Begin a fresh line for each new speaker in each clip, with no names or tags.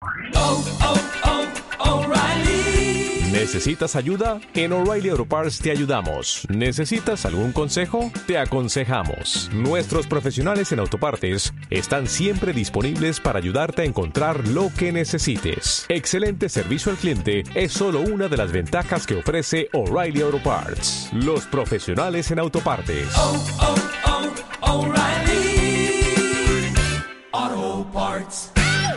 O'Reilly.
¿Necesitas ayuda? En O'Reilly Auto Parts te ayudamos. ¿Necesitas algún consejo? Te aconsejamos. Nuestros profesionales en autopartes están siempre disponibles para ayudarte a encontrar lo que necesites. Excelente servicio al cliente es solo una de las ventajas que ofrece O'Reilly Auto Parts. Los profesionales en autopartes.
O'Reilly Auto Parts.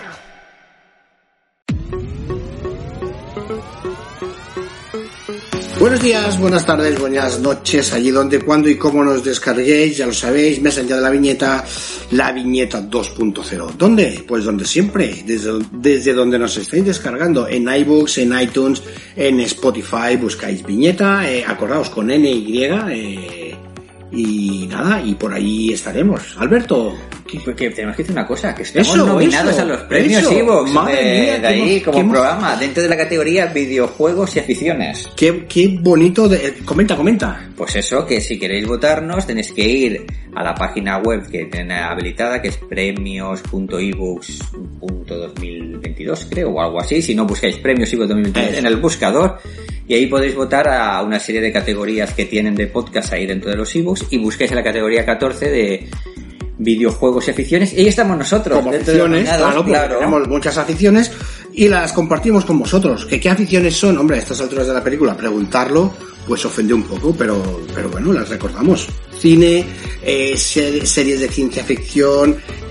Buenos días, buenas tardes, buenas noches, allí donde, cuando y cómo nos descarguéis, ya lo sabéis, Messenger de la viñeta 2.0. ¿Dónde? Pues donde siempre, desde donde nos estáis descargando, en iVoox, en iTunes, en Spotify, buscáis viñeta, acordaos con NY, y nada, y por ahí estaremos. Alberto,
porque tenemos que decir una cosa, que estamos nominados a los premios iVoox de ahí como programa, dentro de la categoría videojuegos y aficiones.
Qué bonito, comenta.
Pues eso, que si queréis votarnos tenéis que ir a la página web que tienen habilitada, que es premios.iVoox.2022, creo, o algo así. Si no, buscáis premios iVoox 2022 en el buscador, y ahí podéis votar a una serie de categorías que tienen de podcast ahí dentro de los iVoox, y buscáis en la categoría 14 de videojuegos y aficiones, y ahí estamos nosotros.
Como aficiones, claro. Tenemos muchas aficiones y las compartimos con vosotros. ¿Qué aficiones son? Hombre, a estas alturas de la película, preguntarlo, pues ofende un poco, pero bueno, las recordamos. Cine, series de ciencia ficción,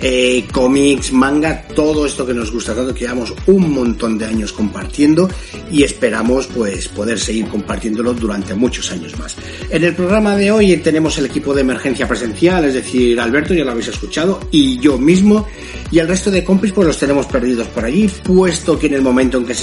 cómics, manga, todo esto que nos gusta tanto, que llevamos un montón de años compartiendo y esperamos pues poder seguir compartiéndolo durante muchos años más. En el programa de hoy tenemos el equipo de emergencia presencial, es decir, Alberto, ya lo habéis escuchado, y yo mismo, y el resto de compis pues los tenemos perdidos por allí, puesto que en el momento en que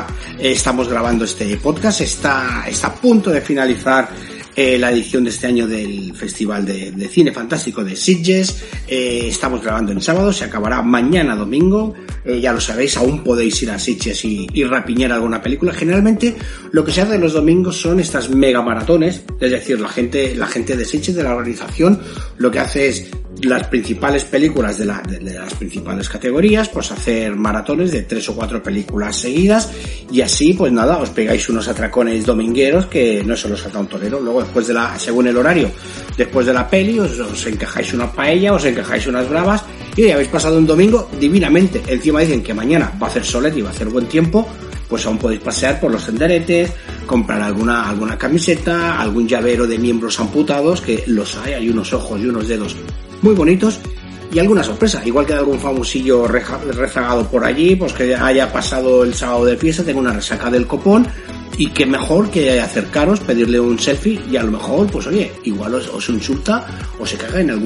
estamos grabando este podcast está a punto de finalizar la edición de este año del Festival de Cine Fantástico de Sitges. Estamos grabando el sábado, se acabará mañana domingo. Ya lo sabéis, aún podéis ir a Sitges y rapiñar alguna película. Generalmente lo que se hace los domingos son estas mega maratones, es decir, la gente de Sitges, de la organización, lo que hace es las principales películas de las principales categorías, pues hacer maratones de 3 o 4 películas seguidas, y así pues nada, os pegáis unos atracones domingueros que no se los salta un torero. Luego según el horario, después de la peli os encajáis una paella, os encajáis unas bravas y ya habéis pasado un domingo divinamente. Encima dicen que mañana va a hacer solet y va a hacer buen tiempo, pues aún podéis pasear por los senderetes, comprar alguna camiseta, algún llavero de miembros amputados, que los hay unos ojos y unos dedos muy bonitos, y alguna sorpresa, igual que de algún famosillo rezagado por allí, pues que haya pasado el sábado de fiesta, tenga una resaca del copón, y que mejor que acercaros, pedirle un selfie, y a lo mejor, pues oye, igual os insulta o se caga en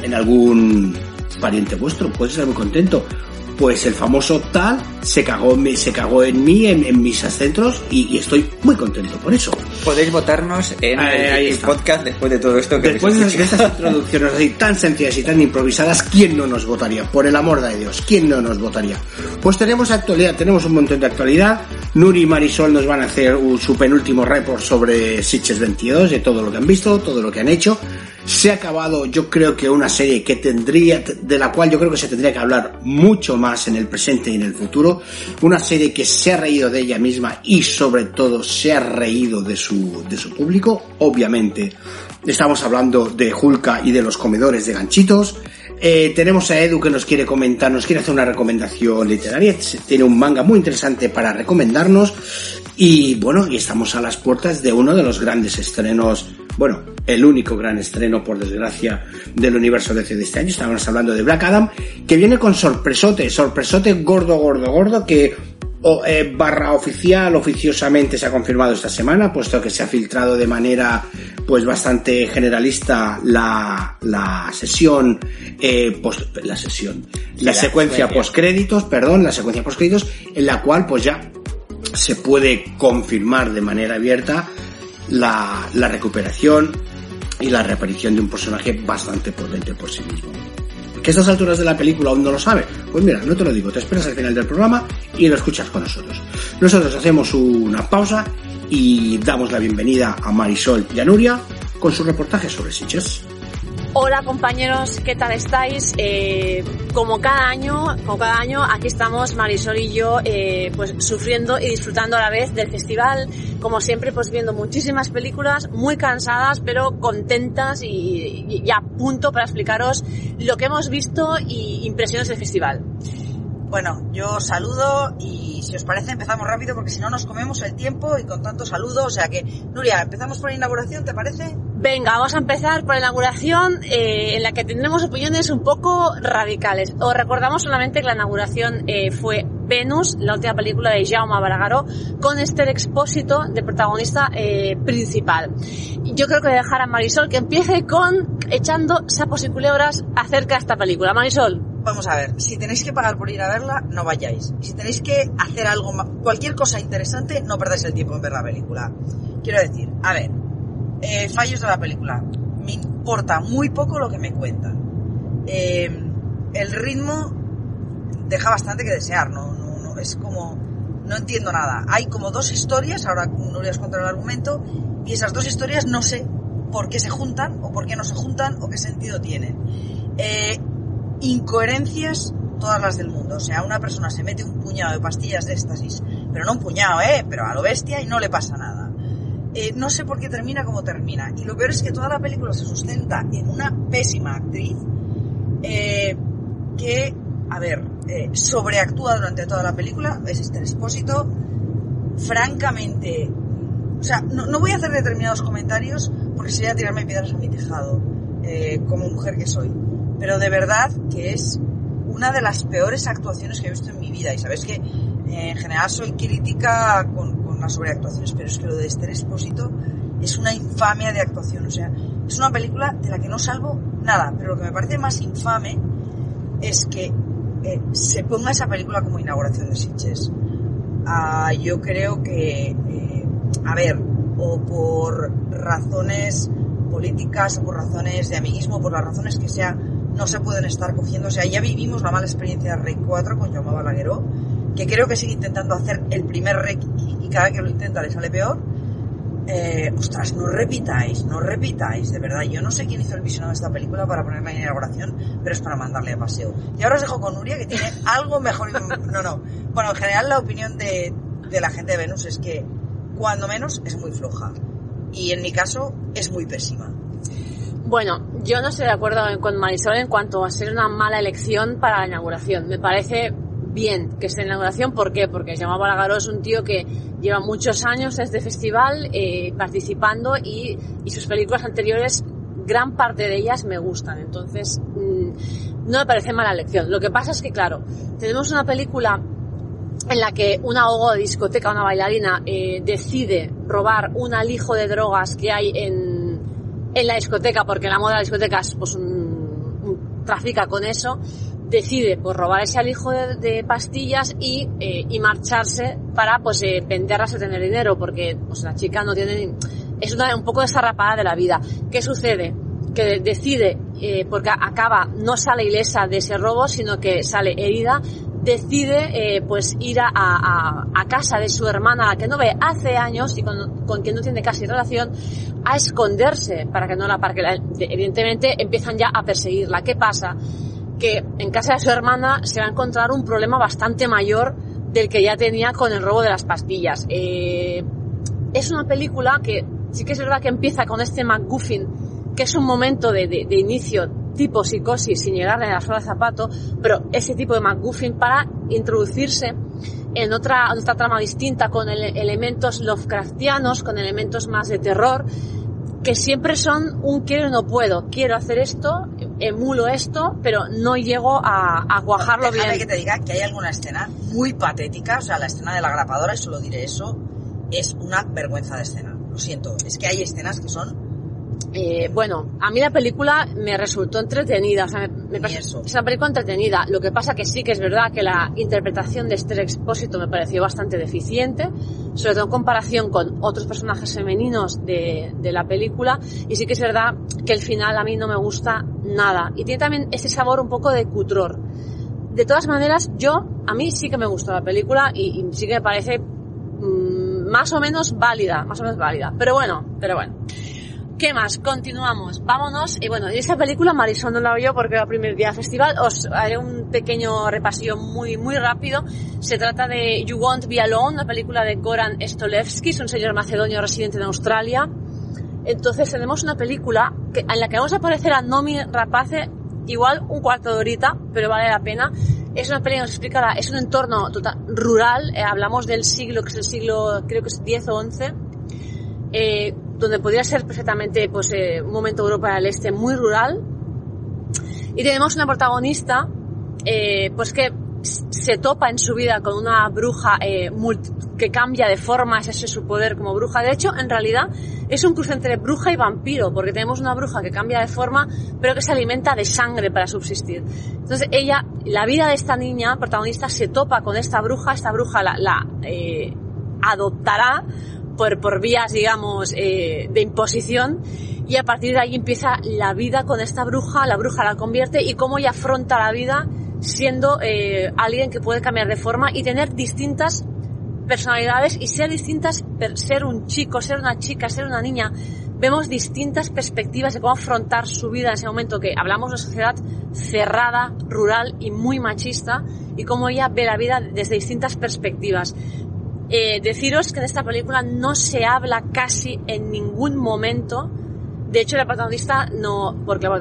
algún pariente vuestro, puede ser muy contento. Pues el famoso tal se cagó en mí, en mis ascensos, y estoy muy contento por eso.
Podéis votarnos en el podcast después de todo esto.
Después de estas introducciones así tan sencillas y tan improvisadas, ¿quién no nos votaría? Por el amor de Dios, ¿quién no nos votaría? Pues tenemos actualidad, tenemos un montón de actualidad. Nuri y Marisol nos van a hacer su penúltimo report sobre Sitges 22, de todo lo que han visto, todo lo que han hecho. Se ha acabado, yo creo que una serie de la cual yo creo que se tendría que hablar mucho más en el presente y en el futuro. Una serie que se ha reído de ella misma y sobre todo se ha reído de su público. Obviamente estamos hablando de Hulka y de los comedores de ganchitos. Tenemos a Edu que nos quiere comentar, nos quiere hacer una recomendación literaria. Tiene un manga muy interesante para recomendarnos. Y bueno, y estamos a las puertas de uno de los grandes estrenos, bueno, el único gran estreno, por desgracia, del universo DC de este año. Estamos hablando de Black Adam, que viene con sorpresote gordo, que oficiosamente se ha confirmado esta semana, puesto que se ha filtrado de manera pues bastante generalista la secuencia postcréditos, en la cual pues ya se puede confirmar de manera abierta la recuperación y la reaparición de un personaje bastante potente por sí mismo. ¿Que a estas alturas de la película aún no lo sabe? Pues mira, no te lo digo, te esperas al final del programa y lo escuchas con nosotros. Nosotros hacemos una pausa y damos la bienvenida a Marisol y a Nuria con su reportaje sobre Sitges.
Hola compañeros, ¿qué tal estáis? Como cada año, aquí estamos Marisol y yo, pues sufriendo y disfrutando a la vez del festival. Como siempre, pues viendo muchísimas películas, muy cansadas, pero contentas y a punto para explicaros lo que hemos visto y impresiones del festival.
Bueno, yo saludo y si os parece empezamos rápido porque si no nos comemos el tiempo y con tanto saludo, o sea que, Nuria, empezamos por la inauguración, ¿te parece?
Venga, vamos a empezar por la inauguración en la que tendremos opiniones un poco radicales. Os recordamos solamente que la inauguración fue Venus, la última película de Jaume Balagueró, con Esther Expósito de protagonista principal. Yo creo que voy a dejar a Marisol que empiece con echando sapos y culebras acerca de esta película. Marisol.
Vamos a ver, si tenéis que pagar por ir a verla, no vayáis. Si tenéis que hacer algo, cualquier cosa interesante, no perdáis el tiempo en ver la película. Quiero decir, a ver, fallos de la película. Me importa muy poco lo que me cuentan. El ritmo deja bastante que desear, no es como, no entiendo nada. Hay como dos historias, ahora Nuria os contará el argumento, y esas dos historias no sé por qué se juntan, o por qué no se juntan, o qué sentido tienen. Incoherencias todas las del mundo, o sea, una persona se mete un puñado de pastillas de éxtasis, pero no un puñado, pero a lo bestia y no le pasa nada. No sé por qué termina como termina, y lo peor es que toda la película se sustenta en una pésima actriz que, a ver, sobreactúa durante toda la película, es Esther Expósito, francamente, o sea, no voy a hacer determinados comentarios porque sería tirarme piedras a mi tejado, como mujer que soy. Pero de verdad que es una de las peores actuaciones que he visto en mi vida. Y sabes que en general soy crítica con las sobreactuaciones, pero es que lo de Esther Expósito es una infamia de actuación. O sea, es una película de la que no salvo nada. Pero lo que me parece más infame es que se ponga esa película como inauguración de Sitges. Yo creo que, a ver, o por razones políticas, o por razones de amiguismo, por las razones que sea, no se pueden estar cogiendo. O sea, ya vivimos la mala experiencia de Rec 4 con Jaume Balagueró, que creo que sigue intentando hacer el primer Rec y cada vez que lo intenta le sale peor. Ostras, no repitáis, de verdad. Yo no sé quién hizo el visionado de esta película para ponerla en inauguración, pero es para mandarle a paseo. Y ahora os dejo con Nuria, que tiene algo mejor. No. Bueno, en general la opinión de la gente de Venus es que, cuando menos, es muy floja. Y en mi caso, es muy pésima.
Bueno, yo no estoy de acuerdo con Marisol en cuanto a ser una mala elección para la inauguración. Me parece bien que esté en la inauguración. ¿Por qué? Porque Jaume Balagueró es un tío que lleva muchos años en este festival participando y sus películas anteriores, gran parte de ellas me gustan. Entonces, no me parece mala elección. Lo que pasa es que, claro, tenemos una película en la que una ahogo de discoteca, una bailarina, decide robar un alijo de drogas que hay en la discoteca, porque la moda de la discoteca es pues trafica con eso, decide pues robar ese alijo de pastillas y marcharse para pues venderlas y tener dinero, porque pues la chica no tiene, es un poco desarrapada de la vida. ¿Qué sucede? Que decide, porque no sale ilesa de ese robo, sino que sale herida, decide pues ir a casa de su hermana, a la que no ve hace años y con quien no tiene casi relación, a esconderse para que no la parque. Evidentemente empiezan ya a perseguirla. ¿Qué pasa? Que en casa de su hermana se va a encontrar un problema bastante mayor del que ya tenía con el robo de las pastillas. Es una película que sí que es verdad que empieza con este MacGuffin, que es un momento de inicio tipo psicosis sin llegarle a la suela de zapato, pero ese tipo de MacGuffin para introducirse en otra trama distinta, con elementos Lovecraftianos, con elementos más de terror, que siempre son un quiero y no puedo. Quiero hacer esto, emulo esto, pero no llego a cuajarlo bien.
Déjame que te diga que hay alguna escena muy patética, o sea, la escena de la grapadora, y solo diré eso, es una vergüenza de escena. Lo siento, es que hay escenas que son...
Bueno, a mí la película me resultó entretenida, o sea, es una película entretenida. Lo que pasa que sí que es verdad que la interpretación de Esther Expósito me pareció bastante deficiente, sobre todo en comparación con otros personajes femeninos de la película, y sí que es verdad que el final a mí no me gusta nada, y tiene también ese sabor un poco de cutror. De todas maneras, a mí sí que me gustó la película y sí que me parece más o menos válida, pero bueno. ¿Qué más? Continuamos. Vámonos. Y bueno, esa película Marisol no la veo porque era el primer día de festival. Os haré un pequeño repasillo muy rápido. Se trata de You Won't Be Alone, una película de Goran Stolevskis, un señor macedonio residente en Australia. Entonces tenemos una película en la que vamos a aparecer a Noomi Rapace, igual un cuarto de horita, pero vale la pena. Es una película que nos explica, es un entorno total rural, hablamos del siglo, que es el siglo, creo que es 10 o 11, donde podría ser perfectamente pues un momento de Europa del Este muy rural. Y tenemos una protagonista pues que se topa en su vida con una bruja que cambia de forma, ese es su poder como bruja. De hecho, en realidad es un cruce entre bruja y vampiro, porque tenemos una bruja que cambia de forma, pero que se alimenta de sangre para subsistir. Entonces ella, la vida de esta niña protagonista se topa con esta bruja la adoptará por vías, digamos, de imposición, y a partir de ahí empieza la vida con esta bruja, la bruja la convierte, y cómo ella afronta la vida siendo alguien que puede cambiar de forma y tener distintas personalidades y ser distintas, ser un chico, ser una chica, ser una niña. Vemos distintas perspectivas de cómo afrontar su vida en ese momento, que hablamos de una sociedad cerrada, rural y muy machista, y cómo ella ve la vida desde distintas perspectivas. Deciros que en esta película no se habla casi en ningún momento. De hecho, la protagonista no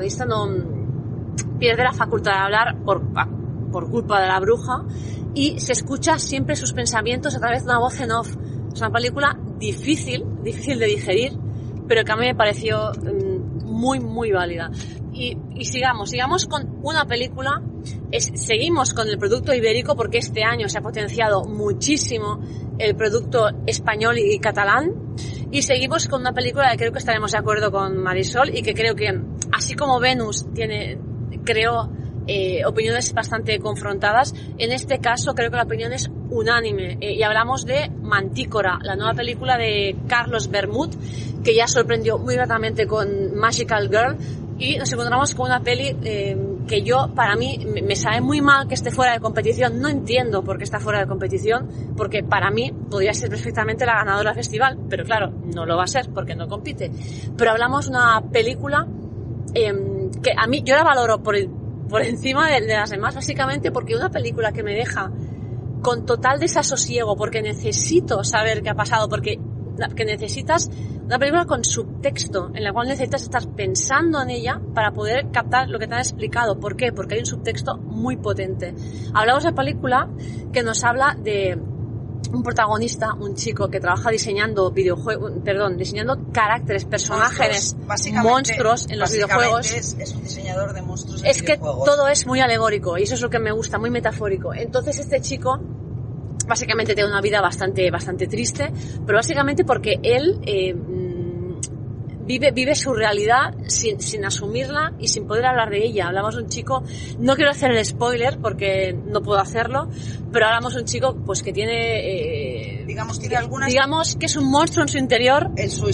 pierde la facultad de hablar por culpa de la bruja, y se escucha siempre sus pensamientos a través de una voz en off. Es una película difícil de digerir, pero que a mí me pareció muy válida. Y sigamos con una película. Seguimos con el producto ibérico, porque este año se ha potenciado muchísimo el producto español y catalán, y seguimos con una película que creo que estaremos de acuerdo con Marisol, y que creo que, así como Venus creó opiniones bastante confrontadas, en este caso creo que la opinión es unánime, y hablamos de Mantícora, la nueva película de Carlos Bermud, que ya sorprendió muy gratamente con Magical Girl, y nos encontramos con una peli que para mí me sabe muy mal que esté fuera de competición. No entiendo por qué está fuera de competición, porque para mí podría ser perfectamente la ganadora del festival, pero claro, no lo va a ser porque no compite. Pero hablamos de una película que a mí yo la valoro por encima de las demás, básicamente porque una película que me deja con total desasosiego, porque necesito saber qué ha pasado, porque necesitas una película con subtexto, en la cual necesitas estar pensando en ella para poder captar lo que te han explicado. ¿Por qué? Porque hay un subtexto muy potente. Hablamos de la película que nos habla de un protagonista, un chico que trabaja diseñando diseñando caracteres, personajes, monstruos en los videojuegos.
Es un diseñador de monstruos en
videojuegos. Es que todo es muy alegórico, y eso es lo que me gusta, muy metafórico. Entonces este chico básicamente tiene una vida bastante triste, pero básicamente porque él vive su realidad sin asumirla y sin poder hablar de ella. Hablamos de un chico, no quiero hacer el spoiler porque no puedo hacerlo, pero hablamos de un chico pues que tiene digamos que es un monstruo en su interior.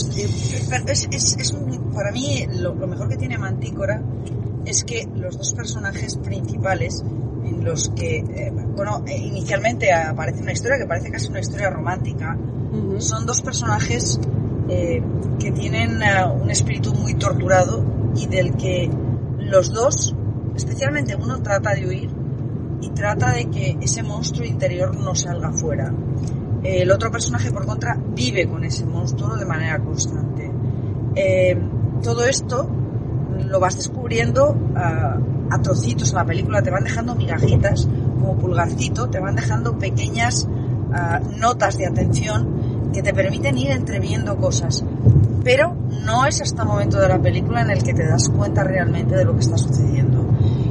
Para mí lo mejor que tiene Mantícora es que los dos personajes principales, en los que inicialmente aparece una historia que parece casi una historia romántica, son dos personajes que tienen un espíritu muy torturado, y del que los dos, especialmente uno, trata de huir y trata de que ese monstruo interior no salga fuera. El otro personaje, por contra, vive con ese monstruo de manera constante. Todo esto lo vas descubriendo a trocitos en la película, te van dejando migajitas, como Pulgarcito, te van dejando pequeñas notas de atención que te permiten ir entreviendo cosas, pero no es hasta el momento de la película en el que te das cuenta realmente de lo que está sucediendo.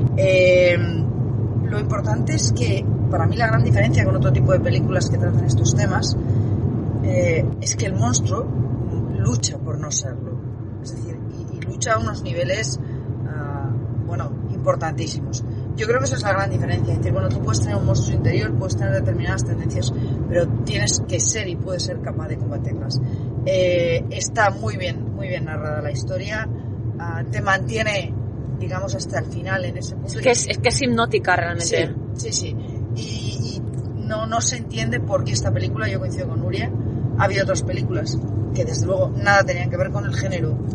Lo importante es que, para mí, la gran diferencia con otro tipo de películas que tratan estos temas es que el monstruo lucha por no serlo, es decir, y lucha a unos niveles importantísimos. Yo creo que esa es la gran diferencia. Es decir, tú puedes tener un monstruo interior, puedes tener determinadas tendencias, pero tienes que ser y puedes ser capaz de combatirlas. Está muy bien narrada la historia, te mantiene, digamos, hasta el final en ese punto.
Es que es hipnótica realmente.
Sí. Y no se entiende por qué esta película, yo coincido con Nuria, ha habido otras películas que desde luego nada tenían que ver con el género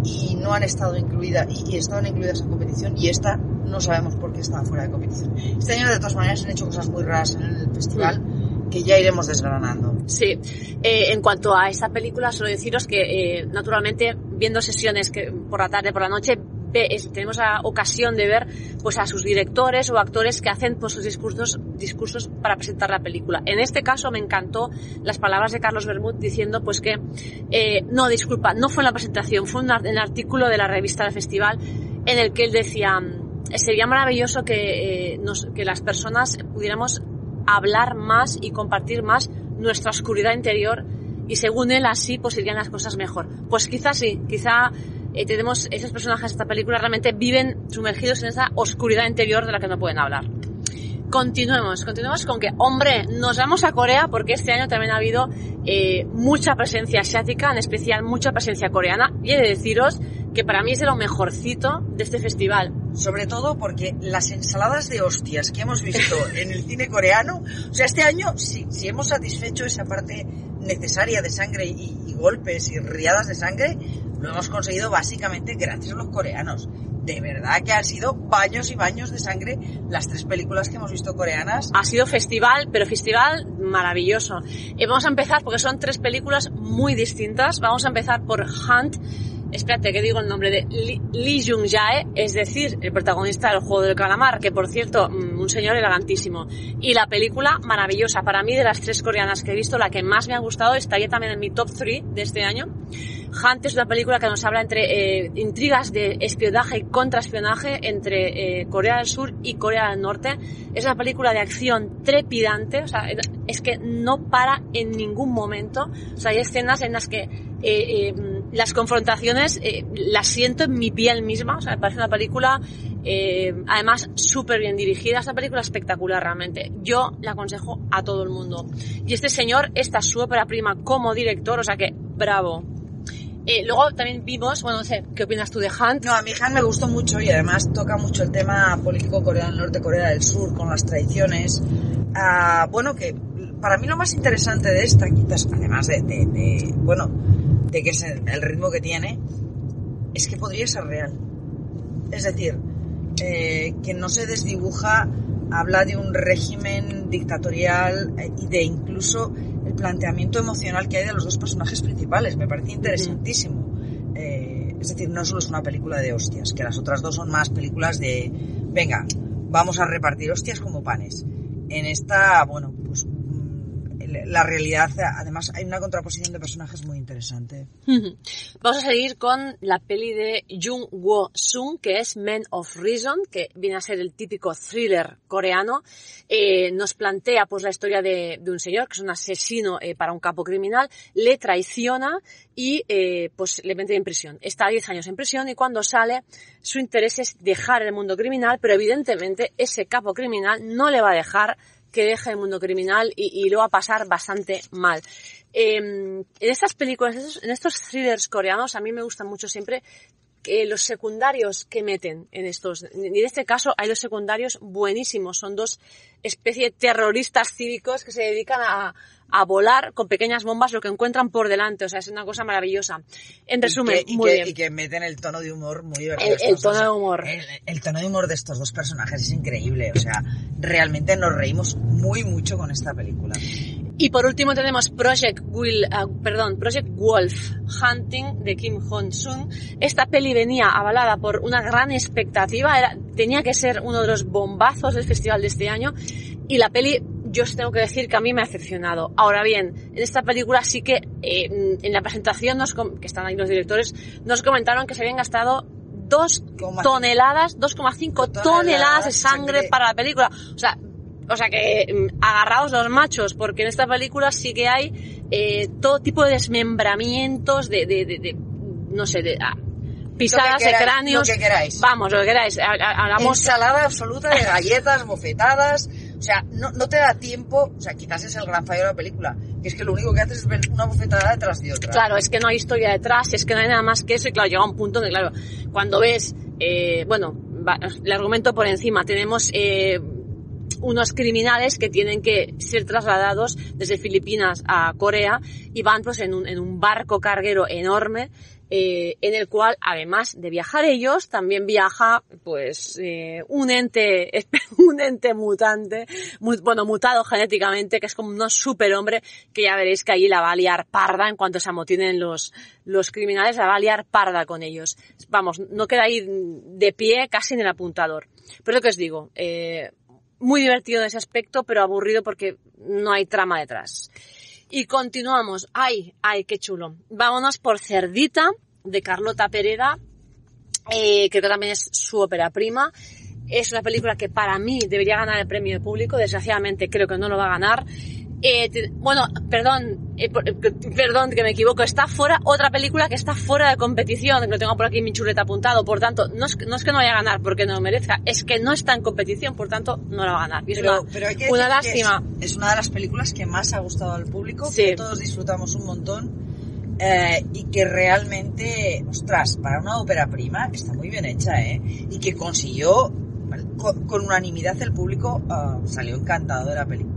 y no han estado incluidas, y estaban incluidas en competición, y esta no sabemos por qué estaba fuera de competición. Este año, de todas maneras, han hecho cosas muy raras en el festival que ya iremos desgranando.
Sí, en cuanto a esta película, solo deciros que naturalmente viendo sesiones que por la tarde, por la noche, tenemos la ocasión de ver pues a sus directores o actores que hacen pues sus discursos para presentar la película. En este caso me encantó las palabras de Carlos Bermud diciendo pues que no fue en la presentación, fue en el artículo de la revista del festival en el que él decía sería maravilloso que las personas pudiéramos hablar más y compartir más nuestra oscuridad interior, y según él así pues irían las cosas mejor. Pues quizás sí, tenemos esos personajes de esta película realmente viven sumergidos en esa oscuridad interior de la que no pueden hablar. Continuemos con que, hombre, nos vamos a Corea porque este año también ha habido mucha presencia asiática, en especial mucha presencia coreana, y he de deciros que para mí es de lo mejorcito de este festival.
Sobre todo porque las ensaladas de hostias que hemos visto en el cine coreano, o sea, este año si hemos satisfecho esa parte necesaria de sangre y golpes y riadas de sangre, lo hemos conseguido básicamente gracias a los coreanos. De verdad que han sido baños y baños de sangre las 3 películas que hemos visto coreanas.
Ha sido festival, pero festival maravilloso. Vamos a empezar porque son 3 películas muy distintas. Vamos a empezar por Hunt. Espérate, que digo el nombre de Lee Jung-jae, es decir, el protagonista del Juego del Calamar, que por cierto, un señor elegantísimo. Y la película maravillosa. Para mí, de las 3 coreanas que he visto, la que más me ha gustado, estaría también en mi top 3 de este año. Hunt es una película que nos habla entre intrigas de espionaje y contraespionaje entre Corea del Sur y Corea del Norte. Es una película de acción trepidante, o sea, es que no para en ningún momento. O sea, hay escenas en las que las confrontaciones las siento en mi piel misma. O sea, me parece una película además súper bien dirigida. Es una película espectacular realmente. Yo la aconsejo a todo el mundo. Y este señor, esta es su ópera prima como director, o sea que bravo. Luego también vimos, bueno, no sé, ¿qué opinas tú de Hunt?
No, a mí Hunt me gustó mucho y además toca mucho el tema político Corea del Norte, Corea del Sur, con las traiciones. Bueno, que para mí lo más interesante de esta, quizás, además de que es el ritmo que tiene, es que podría ser real. Es decir, que no se desdibuja, habla de un régimen dictatorial y de incluso el planteamiento emocional que hay de los 2 personajes principales. Me parece interesantísimo. Es decir, no solo es una película de hostias, que las otras 2 son más películas de venga, vamos a repartir hostias como panes. En esta, bueno, pues la realidad, además hay una contraposición de personajes muy interesante.
Vamos a seguir con la peli de Jung Woo-sung, que es Men of Reason, que viene a ser el típico thriller coreano. Nos plantea pues la historia de un señor que es un asesino para un capo criminal, le traiciona y pues le mete en prisión. Está 10 años en prisión y cuando sale su interés es dejar el mundo criminal, pero evidentemente ese capo criminal no le va a dejar que deje el mundo criminal y lo va a pasar bastante mal. En estas películas, en estos thrillers coreanos, a mí me gustan mucho siempre los secundarios que meten en estos. Y en este caso hay 2 secundarios buenísimos. Son 2 especies de terroristas cívicos que se dedican a volar con pequeñas bombas lo que encuentran por delante. O sea, es una cosa maravillosa. En resumen, muy bien.
Y que meten el tono de humor muy divertido.
El tono de humor.
El tono de humor de estos 2 personajes es increíble. O sea, realmente nos reímos muy mucho con esta película.
Y por último tenemos Project Wolf Hunting de Kim Hong-sung. Esta peli venía avalada por una gran expectativa. Tenía que ser uno de los bombazos del festival de este año. Y la peli, yo os tengo que decir que a mí me ha decepcionado. Ahora bien, en esta película sí que en la presentación, que están ahí los directores, nos comentaron que se habían gastado 2,5 toneladas de sangre para la película. O sea que agarraos los machos, porque en esta película sí que hay todo tipo de desmembramientos, de no sé, de pisadas de cráneos.
Lo que queráis.
Vamos, lo que queráis. Hablamos...
Ensalada absoluta de galletas, bofetadas. O sea, no te da tiempo. O sea, quizás es el gran fallo de la película, que es que lo único que haces es ver una bofetada detrás de otra.
Claro, es que no hay historia detrás, es que no hay nada más que eso. Y claro, llega un punto donde, claro, cuando ves, el argumento por encima, tenemos unos criminales que tienen que ser trasladados desde Filipinas a Corea y van pues en un barco carguero enorme en el cual, además de viajar ellos, también viaja pues un ente mutante, mutado genéticamente, que es como un superhombre, que ya veréis que allí la va a liar parda en cuanto se amotinen los criminales, la va a liar parda con ellos. Vamos, no queda ahí de pie casi en el apuntador. Pero lo que os digo, muy divertido en ese aspecto, pero aburrido porque no hay trama detrás. Y continuamos. ¡Ay, qué chulo! Vámonos por Cerdita, de Carlota Pereda. Creo que también es su ópera prima. Es una película que para mí debería ganar el premio de público. Desgraciadamente creo que no lo va a ganar. Perdón que me equivoco, está fuera, otra película que está fuera de competición, que lo tengo por aquí en mi chuleta apuntado, por tanto, no es que no vaya a ganar porque no lo merezca, es que no está en competición, por tanto, no la va a ganar. Y es
pero hay que
una lástima.
Es una de las películas que más ha gustado al público,
sí,
que todos disfrutamos un montón, y que realmente, ostras, para una ópera prima está muy bien hecha, y que consiguió, con unanimidad el público salió encantado de la película.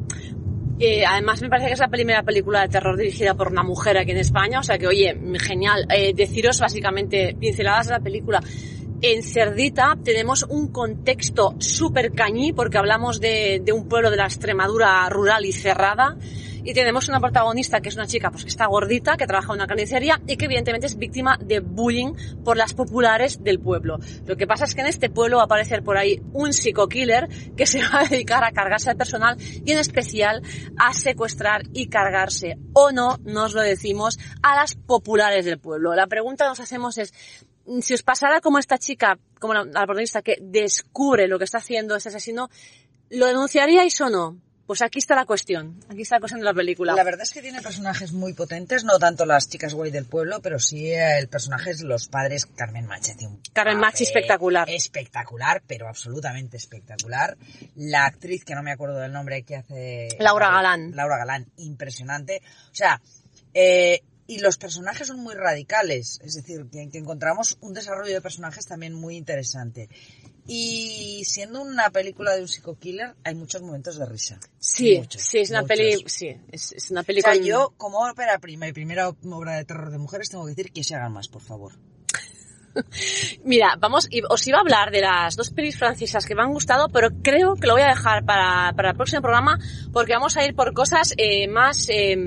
Además me parece que es la primera película de terror dirigida por una mujer aquí en España, o sea que oye, genial. Deciros básicamente pinceladas de la película. En Cerdita tenemos un contexto súper cañí porque hablamos de un pueblo de la Extremadura rural y cerrada, y tenemos una protagonista que es una chica pues que está gordita, que trabaja en una carnicería y que evidentemente es víctima de bullying por las populares del pueblo. Lo que pasa es que en este pueblo va a aparecer por ahí un psico-killer que se va a dedicar a cargarse al personal y en especial a secuestrar y cargarse, o no, nos lo decimos, a las populares del pueblo. La pregunta que nos hacemos es, si os pasara como esta chica, como la protagonista que descubre lo que está haciendo este asesino, ¿lo denunciaríais o no? Pues aquí está la cuestión de la película.
La verdad es que tiene personajes muy potentes, no tanto las chicas guay del pueblo, pero sí el personaje de los padres. Carmen Machi tiene un
Carmen Machi espectacular.
Espectacular, pero absolutamente espectacular. La actriz, que no me acuerdo del nombre, que hace...
Laura Galán,
impresionante. O sea, y los personajes son muy radicales, es decir, que encontramos un desarrollo de personajes también muy interesante. Y siendo una película de un psico-killer, hay muchos momentos de risa.
Sí,
muchos,
sí, es una peli, sí, es una película.
O sea, yo, como ópera prima y primera obra de terror de mujeres, tengo que decir que se hagan más, por favor.
Mira, os iba a hablar de las dos pelis francesas que me han gustado, pero creo que lo voy a dejar para el próximo programa, porque vamos a ir por cosas más,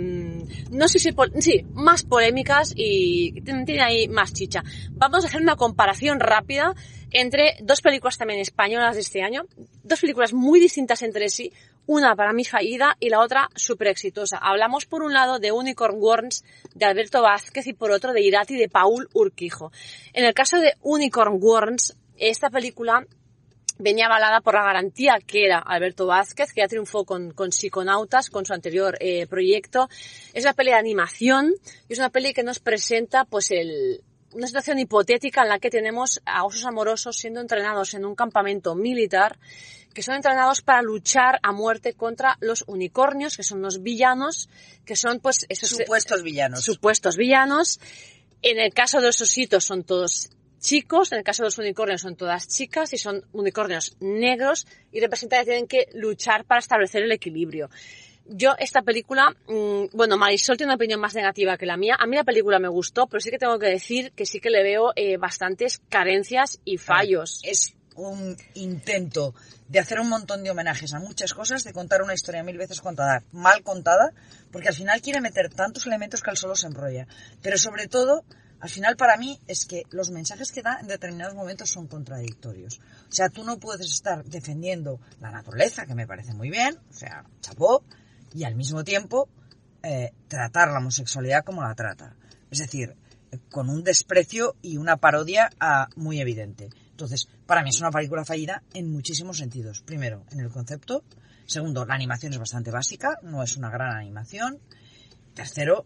no sé si, más polémicas y tiene ahí más chicha. Vamos a hacer una comparación rápida entre dos películas también españolas de este año, dos películas muy distintas entre sí, una para mí fallida y la otra súper exitosa. Hablamos por un lado de Unicorn Worms de Alberto Vázquez y por otro de Irati de Paul Urquijo. En el caso de Unicorn Worms, esta película venía avalada por la garantía que era Alberto Vázquez, que ya triunfó con Psiconautas, con su anterior proyecto. Es una peli de animación y es una peli que nos presenta pues una situación hipotética en la que tenemos a osos amorosos siendo entrenados en un campamento militar, que son entrenados para luchar a muerte contra los unicornios, que son los villanos, que son pues esos
supuestos
villanos. En el caso de los ositos son todos chicos, en el caso de los unicornios son todas chicas y son unicornios negros y representan que tienen que luchar para establecer el equilibrio. Yo esta película, Marisol tiene una opinión más negativa que la mía. A mí la película me gustó, pero sí que tengo que decir que sí que le veo bastantes carencias y fallos.
Es un intento de hacer un montón de homenajes a muchas cosas, de contar una historia 1000 veces contada, mal contada, porque al final quiere meter tantos elementos que al solo se enrolla. Pero sobre todo, al final para mí es que los mensajes que da en determinados momentos son contradictorios. O sea, tú no puedes estar defendiendo la naturaleza, que me parece muy bien, o sea, chapó, y al mismo tiempo tratar la homosexualidad como la trata. Es decir, con un desprecio y una parodia muy evidente. Entonces, para mí es una película fallida en muchísimos sentidos. Primero, en el concepto. Segundo, la animación es bastante básica, no es una gran animación. Tercero,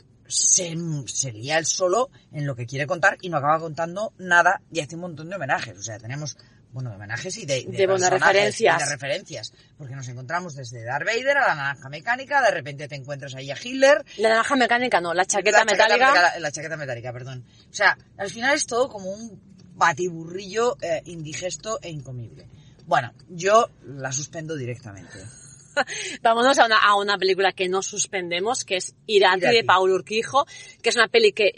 se lía él solo en lo que quiere contar y no acaba contando nada y hace un montón de homenajes. O sea, tenemos... de homenajes y de
buenas referencias.
De referencias. Porque nos encontramos desde Darth Vader a la naranja mecánica, de repente te encuentras ahí a Hitler.
La naranja mecánica no, la chaqueta metálica.
La chaqueta metálica, perdón. O sea, al final es todo como un batiburrillo indigesto e incomible. Bueno, yo la suspendo directamente.
Vámonos a una película que no suspendemos, que es Irati de Paul Urquijo, que es una peli que es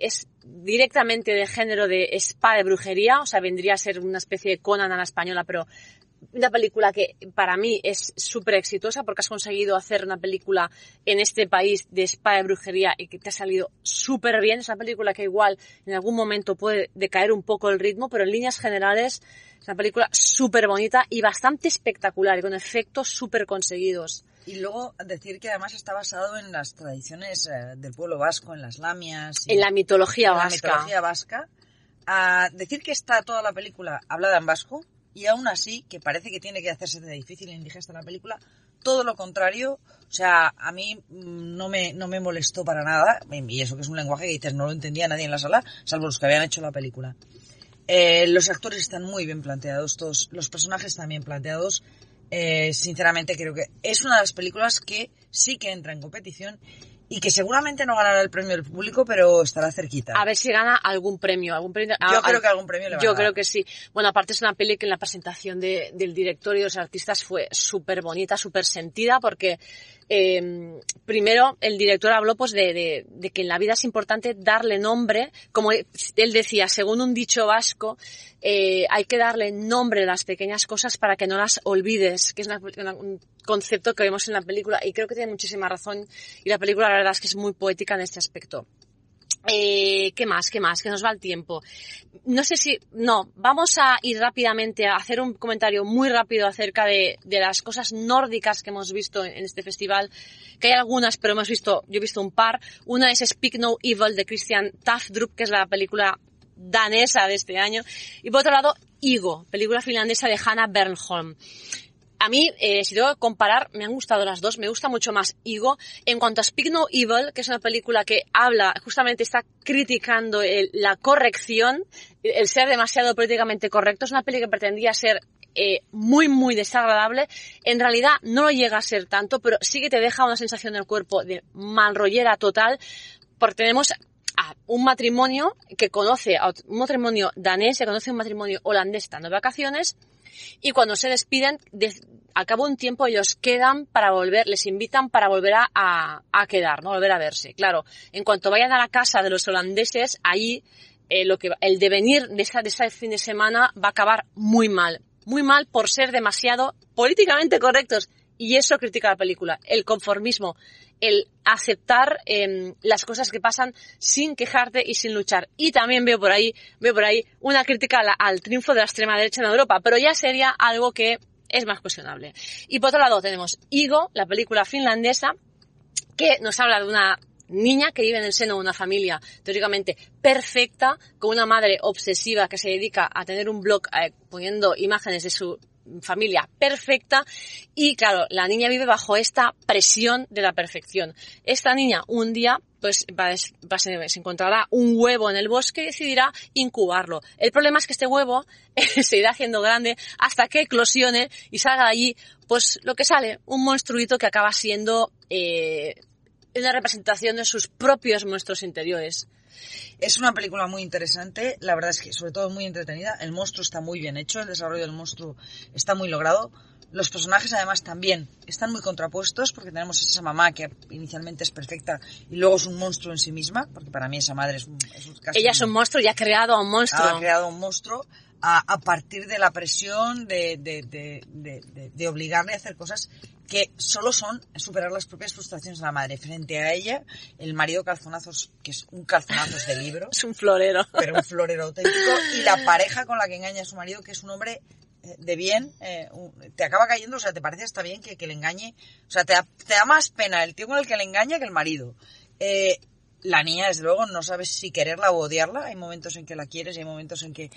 directamente de género de spa de brujería, o sea, vendría a ser una especie de Conan a la española, pero una película que para mí es súper exitosa porque has conseguido hacer una película en este país de spa de brujería y que te ha salido súper bien. Es una película que igual en algún momento puede decaer un poco el ritmo, pero en líneas generales es una película súper bonita y bastante espectacular y con efectos súper conseguidos.
Y luego decir que además está basado en las tradiciones del pueblo vasco, en las lamias.
En la mitología vasca.
En la mitología vasca. Decir que está toda la película hablada en vasco, y aún así, que parece que tiene que hacerse de difícil e indigesta la película, todo lo contrario, o sea, a mí no me molestó para nada, y eso que es un lenguaje que dices no lo entendía nadie en la sala, salvo los que habían hecho la película. Los actores están muy bien planteados, todos los personajes están bien planteados. Sinceramente creo que es una de las películas que sí que entra en competición y que seguramente no ganará el premio del público, pero estará cerquita.
A ver si gana algún premio.
Yo creo que algún premio le va a dar.
Yo creo que sí. Bueno, aparte es una peli que en la presentación del director y de los artistas fue súper bonita, súper sentida, porque primero el director habló pues de que en la vida es importante darle nombre, como él decía, según un dicho vasco, hay que darle nombre a las pequeñas cosas para que no las olvides, que es un concepto que vemos en la película y creo que tiene muchísima razón y la película la verdad es que es muy poética en este aspecto. ¿Qué más? Que nos va el tiempo. Vamos a ir rápidamente a hacer un comentario muy rápido acerca de las cosas nórdicas que hemos visto en este festival, que hay algunas, pero yo he visto un par. Una es Speak No Evil de Christian Tafdrup, que es la película danesa de este año, y por otro lado, Igo, película finlandesa de Hanna Bernholm. A mí, si tengo que comparar, me han gustado las dos, me gusta mucho más Igo. En cuanto a Speak No Evil, que es una película que justamente está criticando la corrección, el ser demasiado políticamente correcto, es una película que pretendía ser muy, muy desagradable. En realidad no lo llega a ser tanto, pero sí que te deja una sensación en el cuerpo de malrollera total, porque tenemos un matrimonio un matrimonio danés, que conoce a un matrimonio holandés estando de vacaciones, y cuando se despiden, al cabo de un tiempo ellos quedan para volver, les invitan para volver a quedar, ¿no? Volver a verse. Claro, en cuanto vayan a la casa de los holandeses, ahí el devenir de ese fin de semana va a acabar muy mal por ser demasiado políticamente correctos. Y eso critica la película, el conformismo, el aceptar las cosas que pasan sin quejarte y sin luchar. Y también veo por ahí una crítica al triunfo de la extrema derecha en Europa, pero ya sería algo que es más cuestionable. Y por otro lado tenemos Igo, la película finlandesa, que nos habla de una niña que vive en el seno de una familia teóricamente perfecta, con una madre obsesiva que se dedica a tener un blog poniendo imágenes de su familia perfecta, y claro, la niña vive bajo esta presión de la perfección. Esta niña un día pues se encontrará un huevo en el bosque y decidirá incubarlo. El problema es que este huevo se irá haciendo grande hasta que eclosione y salga de allí pues lo que sale, un monstruito que acaba siendo una representación de sus propios monstruos interiores.
Es una película muy interesante, la verdad es que sobre todo muy entretenida, el monstruo está muy bien hecho, el desarrollo del monstruo está muy logrado, los personajes además también están muy contrapuestos porque tenemos a esa mamá que inicialmente es perfecta y luego es un monstruo en sí misma, porque para mí esa madre es casi
ella es un monstruo y ha creado a un monstruo.
Ha creado un monstruo a partir de la presión de obligarle a hacer cosas que solo son superar las propias frustraciones de la madre. Frente a ella, el marido calzonazos, que es un calzonazos de libro.
Es un florero.
Pero un florero auténtico. Y la pareja con la que engaña a su marido, que es un hombre de bien, te acaba cayendo, o sea, te parece hasta bien que le engañe. O sea, te da más pena el tío con el que le engaña que el marido. La niña, desde luego, no sabes si quererla o odiarla. Hay momentos en que la quieres y hay momentos en que...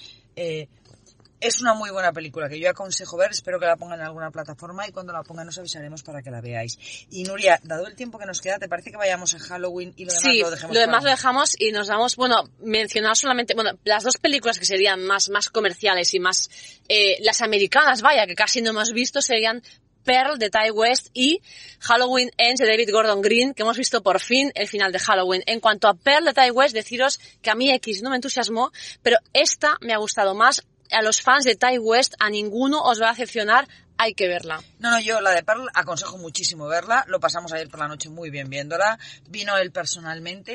es una muy buena película que yo aconsejo ver, espero que la pongan en alguna plataforma y cuando la pongan os avisaremos para que la veáis. Y Nuria, dado el tiempo que nos queda, ¿te parece que vayamos a Halloween y lo demás lo dejemos?
Sí, lo demás lo dejamos y nos damos, mencionar solamente, las dos películas que serían más comerciales y más, las americanas, que casi no hemos visto, serían Pearl de Ty West y Halloween Ends de David Gordon Green, que hemos visto por fin el final de Halloween. En cuanto a Pearl de Ty West, deciros que a mí X no me entusiasmó, pero esta me ha gustado más. A los fans de Ty West, a ninguno os va a decepcionar, hay que verla.
No, yo la de Pearl aconsejo muchísimo verla, lo pasamos ayer por la noche muy bien viéndola, vino él personalmente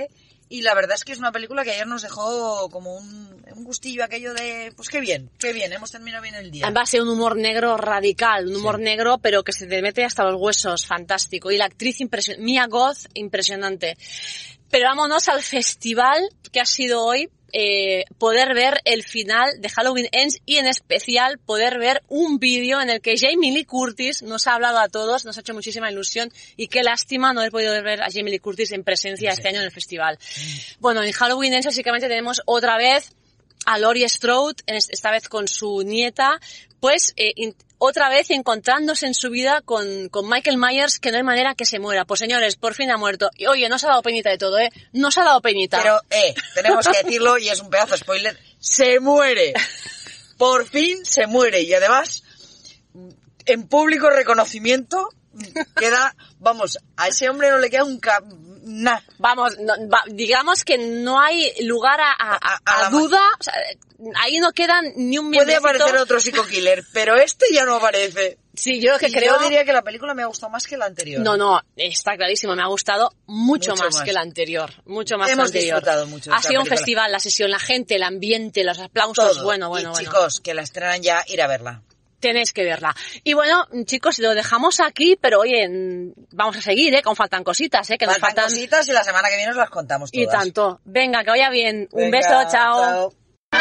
Y la verdad es que es una película que ayer nos dejó como un gustillo aquello de, pues qué bien, hemos terminado bien el día.
Va a ser un humor negro radical, un humor negro pero que se te mete hasta los huesos, fantástico. Y la actriz impresionante, Mia Goth, impresionante. Pero vámonos al festival que ha sido hoy, poder ver el final de Halloween Ends y en especial poder ver un vídeo en el que Jamie Lee Curtis nos ha hablado a todos, nos ha hecho muchísima ilusión y qué lástima no haber podido ver a Jamie Lee Curtis en presencia este año en el festival. Bueno, en Halloween Ends básicamente tenemos otra vez a Laurie Strode, esta vez con su nieta, pues otra vez encontrándose en su vida con Michael Myers, que no hay manera que se muera. Pues señores, por fin ha muerto. Y oye, no se ha dado penita de todo, no se ha dado penita.
Pero, tenemos que decirlo, y es un pedazo de spoiler, se muere. Por fin se muere. Y además, en público reconocimiento, queda, vamos, a ese hombre no le queda nada.
Vamos, digamos que no hay lugar a duda, o sea, ahí no quedan ni un miembrecito.
Puede aparecer otro psico-killer, pero este ya no aparece.
Sí, yo
diría que la película me ha gustado más que la anterior.
No, está clarísimo, me ha gustado mucho más que la anterior, mucho más que la anterior.
Hemos disfrutado mucho de
Ha sido un festival, la sesión, la gente, el ambiente, los aplausos,
todo.
Bueno.
Chicos, que la estrenan ya, ir a verla.
Tenéis que verla. Y bueno, chicos, lo dejamos aquí, pero oye, vamos a seguir, que aún faltan cositas, que nos faltan
cositas y la semana que viene os las contamos todas.
Y tanto. Venga, que vaya bien. Un beso, chao.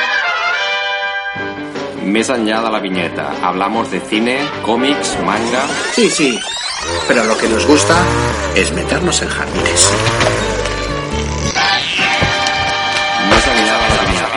Més enllà de la viñeta, hablamos de cine, cómics, manga...
Sí, pero lo que nos gusta es meternos en jardines.
Més enllà de la viñeta.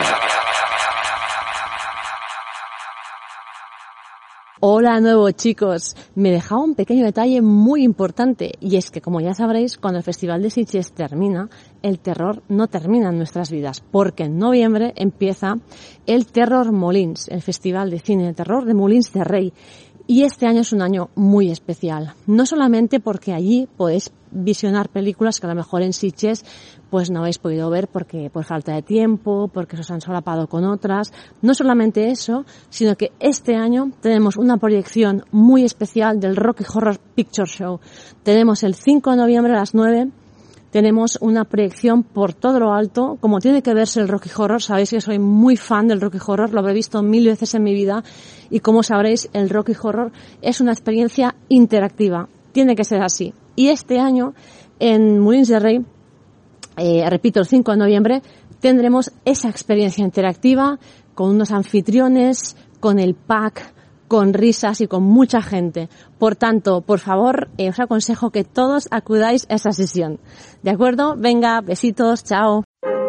Hola de nuevo, chicos. Me dejaba un pequeño detalle muy importante, y es que, como ya sabréis, cuando el Festival de Sitges termina, el terror no termina en nuestras vidas, porque en noviembre empieza el Terror Molins, el Festival de Cine de Terror de Molins de Rey. Y este año es un año muy especial, no solamente porque allí podéis visionar películas que a lo mejor en Sitges pues no habéis podido ver porque por falta de tiempo, porque se os han solapado con otras. No solamente eso, sino que este año tenemos una proyección muy especial del Rocky Horror Picture Show. Tenemos el 5 de noviembre a las 9. Tenemos una proyección por todo lo alto, como tiene que verse el Rocky Horror. Sabéis que soy muy fan del Rocky Horror, lo habré visto 1000 veces en mi vida, y como sabréis, el Rocky Horror es una experiencia interactiva. Tiene que ser así. Y este año, en Molins de Rey, repito, el 5 de noviembre, tendremos esa experiencia interactiva con unos anfitriones, con el pack, con risas y con mucha gente. Por tanto, por favor, os aconsejo que todos acudáis a esa sesión. ¿De acuerdo? Venga, besitos, chao.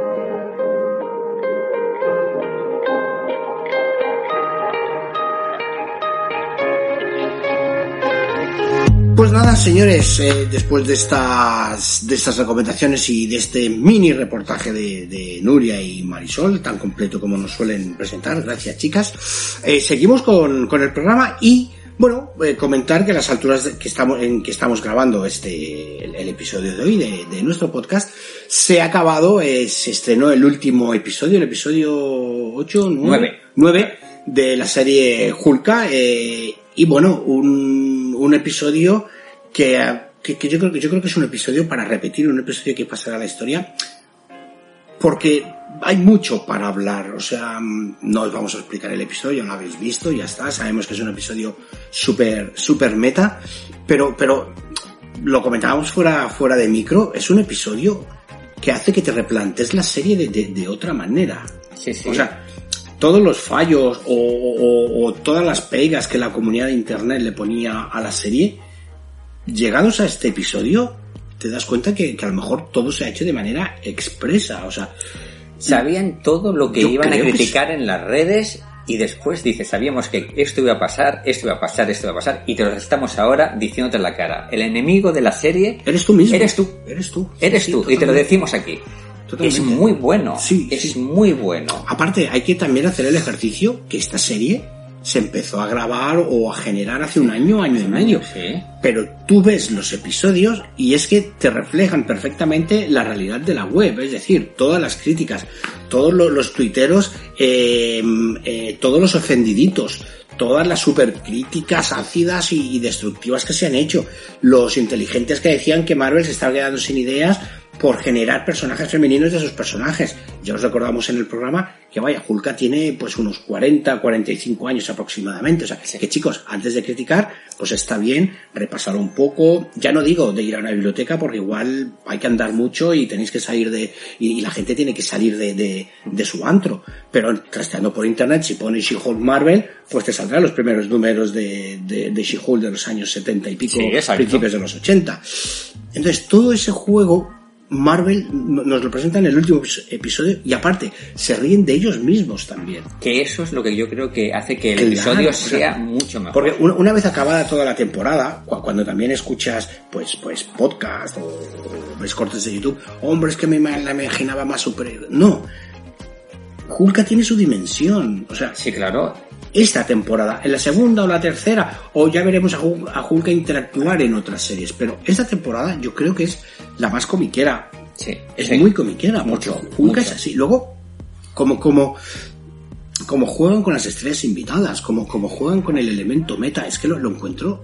Pues nada, señores, después de estas recomendaciones y de este mini reportaje de Nuria y Marisol, tan completo como nos suelen presentar, gracias chicas, seguimos con el programa y, bueno, comentar que a las alturas que estamos grabando el episodio de hoy de nuestro podcast, se ha acabado, se estrenó el último episodio, el episodio 8, 9 de la serie Hulka, y bueno, un episodio que yo creo que es un episodio para repetir, un episodio que pasará a la historia, porque hay mucho para hablar. O sea, no os vamos a explicar el episodio, ya lo habéis visto, ya está, sabemos que es un episodio super meta, pero lo comentábamos fuera de micro, es un episodio que hace que te replantes la serie de otra manera.
Sí.
O sea, todos los fallos o todas las pegas que la comunidad de internet le ponía a la serie, llegados a este episodio, te das cuenta que a lo mejor todo se ha hecho de manera expresa. O sea,
sabían todo lo que iban a criticar en las redes, y después dices, sabíamos que esto iba a pasar, y te lo estamos ahora diciéndote en la cara. El enemigo de la serie
eres tú mismo.
Eres tú.
Sí,
y te lo decimos aquí.
Totalmente.
Es muy bueno.
Sí.
Muy bueno.
Aparte, hay que también hacer el ejercicio que esta serie se empezó a grabar o a generar hace un año y medio.
Sí.
Pero tú ves los episodios y es que te reflejan perfectamente la realidad de la web. Es decir, todas las críticas, todos los tuiteros, todos los ofendiditos, todas las supercríticas ácidas y destructivas que se han hecho. Los inteligentes que decían que Marvel se estaba quedando sin ideas por generar personajes femeninos de esos personajes. Ya os recordamos en el programa que vaya, Hulka tiene pues unos 40, 45 años aproximadamente. O sea, que chicos, antes de criticar, pues está bien repasar un poco. Ya no digo de ir a una biblioteca porque igual hay que andar mucho y tenéis que salir y la gente tiene que salir de su antro. Pero trasteando por internet, si pones She-Hulk Marvel, pues te saldrán los primeros números de She-Hulk de los años 70 y pico, principios de los 80. Entonces, todo ese juego Marvel nos lo presenta en el último episodio y aparte se ríen de ellos mismos también.
Que eso es lo que yo creo que hace que el episodio sea mucho mejor.
Porque una vez acabada toda la temporada, cuando también escuchas pues podcast o ves cortes de YouTube, hombre, es que me la imaginaba más superior. No, Hulka tiene su dimensión. O sea,
sí, claro.
Esta temporada, en la segunda o la tercera, o ya veremos a Hulka interactuar en otras series, pero esta temporada yo creo que es la más comiquera.
Sí,
es muy comiquera,
mucho.
Hulka es así. Luego, como juegan con las estrellas invitadas, como juegan con el elemento meta, es que lo encuentro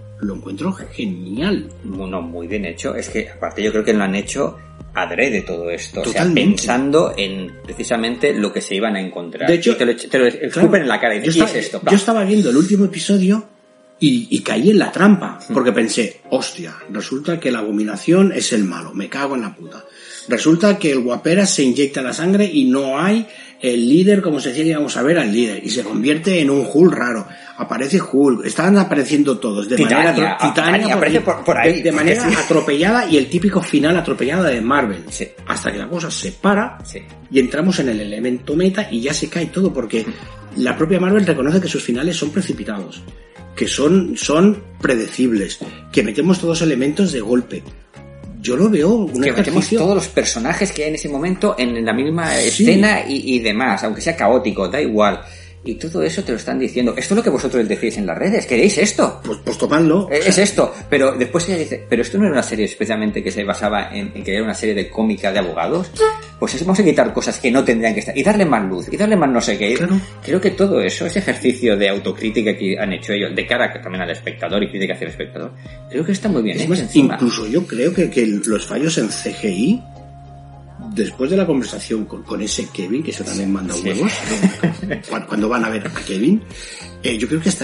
genial.
Bueno, muy bien hecho. Es que aparte yo creo que lo han hecho adrede todo esto.
Totalmente.
O sea, pensando en precisamente lo que se iban a encontrar.
De hecho,
te lo escupen en la cara y dices, ¿qué es esto?
Yo estaba viendo el último episodio y caí en la trampa, porque pensé, hostia, resulta que la Abominación es el malo, me cago en la puta. Resulta que el Guapera se inyecta la sangre y no hay el líder, como se decía que íbamos a ver al líder, y se convierte en un Hulk raro. Aparece Hulk, están apareciendo todos de
Titania aparece por ahí.
De manera atropellada, y el típico final atropellada de Marvel.
Sí.
Hasta que la cosa se para y entramos en el elemento meta y ya se cae todo, porque la propia Marvel reconoce que sus finales son precipitados, que son predecibles, que metemos todos elementos de golpe. Yo lo veo un
que metemos todos los personajes que hay en ese momento en la misma escena y demás, aunque sea caótico, da igual. Y todo eso te lo están diciendo. Esto es lo que vosotros decís en las redes. ¿Queréis esto?
Pues tomadlo.
Es esto. Pero después ella dice, pero esto no era una serie especialmente que se basaba en que era una serie de cómica de abogados. Pues vamos a quitar cosas que no tendrían que estar. Y darle más luz. Y darle más no sé qué.
Claro.
Creo que todo eso, ese ejercicio de autocrítica que han hecho ellos, de cara también al espectador y crítica hacia el espectador, creo que está muy bien.
Es más, incluso yo creo que los fallos en CGI, después de la conversación con ese Kevin, que se también manda huevos, cuando van a ver a Kevin, yo creo que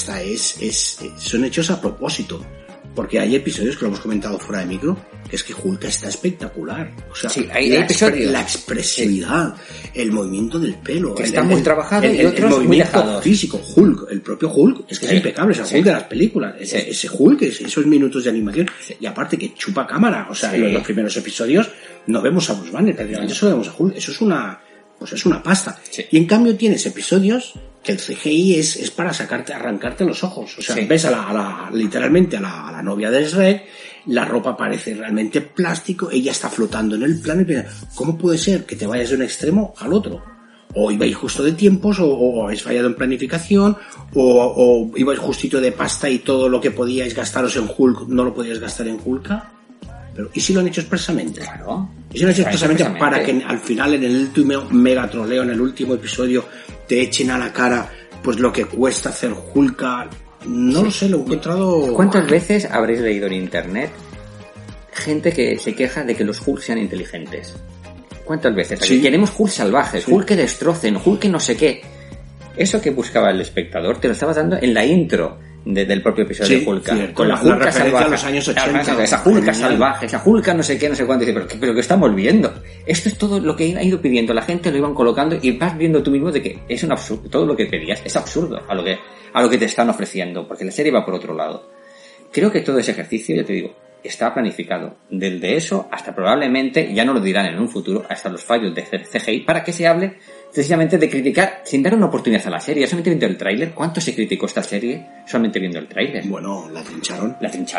son hechos a propósito. Porque hay episodios que lo hemos comentado fuera de micro, que es que Hulk está espectacular. O sea,
hay episodios.
La expresividad, el movimiento del pelo.
Que está muy trabajado y otros
el movimiento físico. Hulk, el propio Hulk, es que es impecable, es el Hulk de las películas. Ese Hulk, esos minutos de animación, y aparte que chupa cámara. O sea, en los primeros episodios no vemos a Bruce Banner, prácticamente solo vemos a Hulk. Eso es una pasta.
Sí.
Y en cambio tienes episodios que el CGI es para arrancarte los ojos. O sea, ves literalmente a la novia de Shrek, la ropa parece realmente plástico, ella está flotando en el plano y piensas, ¿cómo puede ser que te vayas de un extremo al otro? O ibais justo de tiempos, o habéis fallado en planificación, o ibais justito de pasta y todo lo que podíais gastaros en Hulk no lo podíais gastar en Hulka. Pero, ¿y si lo han hecho expresamente?
Claro.
¿Y si lo han hecho expresamente para que al final, en el último mega troleo, en el último episodio, te echen a la cara pues lo que cuesta hacer Hulka? No lo sé, lo he encontrado...
¿Cuántas veces habréis leído en internet gente que se queja de que los Hulk sean inteligentes? ¿Cuántas veces? Aquí queremos Hulk salvajes, Hulk que destrocen, Hulk que no sé qué. Eso que buscaba el espectador te lo estabas dando en la intro del propio episodio de Hulka, con la Hulka salvaje,
a los años 80,
esa Hulka salvaje, esa Hulka no sé qué, no sé cuánto, dice, pero que estamos viendo. Esto es todo lo que ha ido pidiendo la gente, lo iban colocando y vas viendo tú mismo de que es un absurdo, todo lo que pedías es absurdo a lo que te están ofreciendo, porque la serie va por otro lado. Creo que todo ese ejercicio, ya te digo, está planificado, desde eso hasta probablemente, ya no lo dirán en un futuro, hasta los fallos de CGI, para que se hable precisamente de criticar sin dar una oportunidad a la serie. Solamente viendo el tráiler, ¿cuánto se criticó esta serie solamente viendo el tráiler?
Bueno, la trincharon,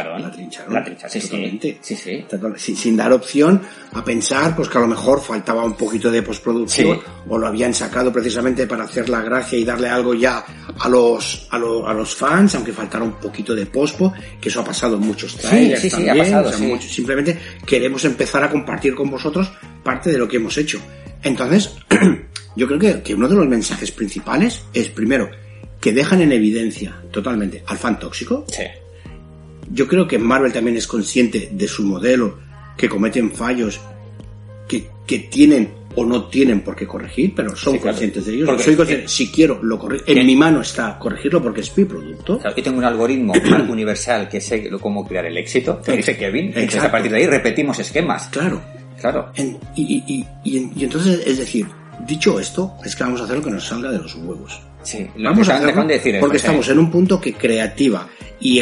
totalmente.
Sí. Sin dar opción a pensar pues que a lo mejor faltaba un poquito de postproducción, o lo habían sacado precisamente para hacer la gracia y darle algo ya a los fans, aunque faltara un poquito de pospo, que eso ha pasado en muchos trailers también.
Ha pasado,
o sea, simplemente queremos empezar a compartir con vosotros parte de lo que hemos hecho. Entonces, yo creo que uno de los mensajes principales es, primero, que dejan en evidencia totalmente al fan tóxico.
Sí.
Yo creo que Marvel también es consciente de su modelo, que cometen fallos que tienen o no tienen por qué corregir, pero son conscientes de ello.
Porque
soy consciente, si quiero lo corrijo. En mi mano está corregirlo porque es mi producto.
Aquí tengo un algoritmo universal que sé cómo crear el éxito, que dice Kevin. Entonces, a partir de ahí repetimos esquemas.
Claro. Y entonces, es decir, dicho esto, es que vamos a hacer lo que nos salga de los huevos.
Sí,
vamos a hacerlo
de decir
porque estamos en un punto que creativa y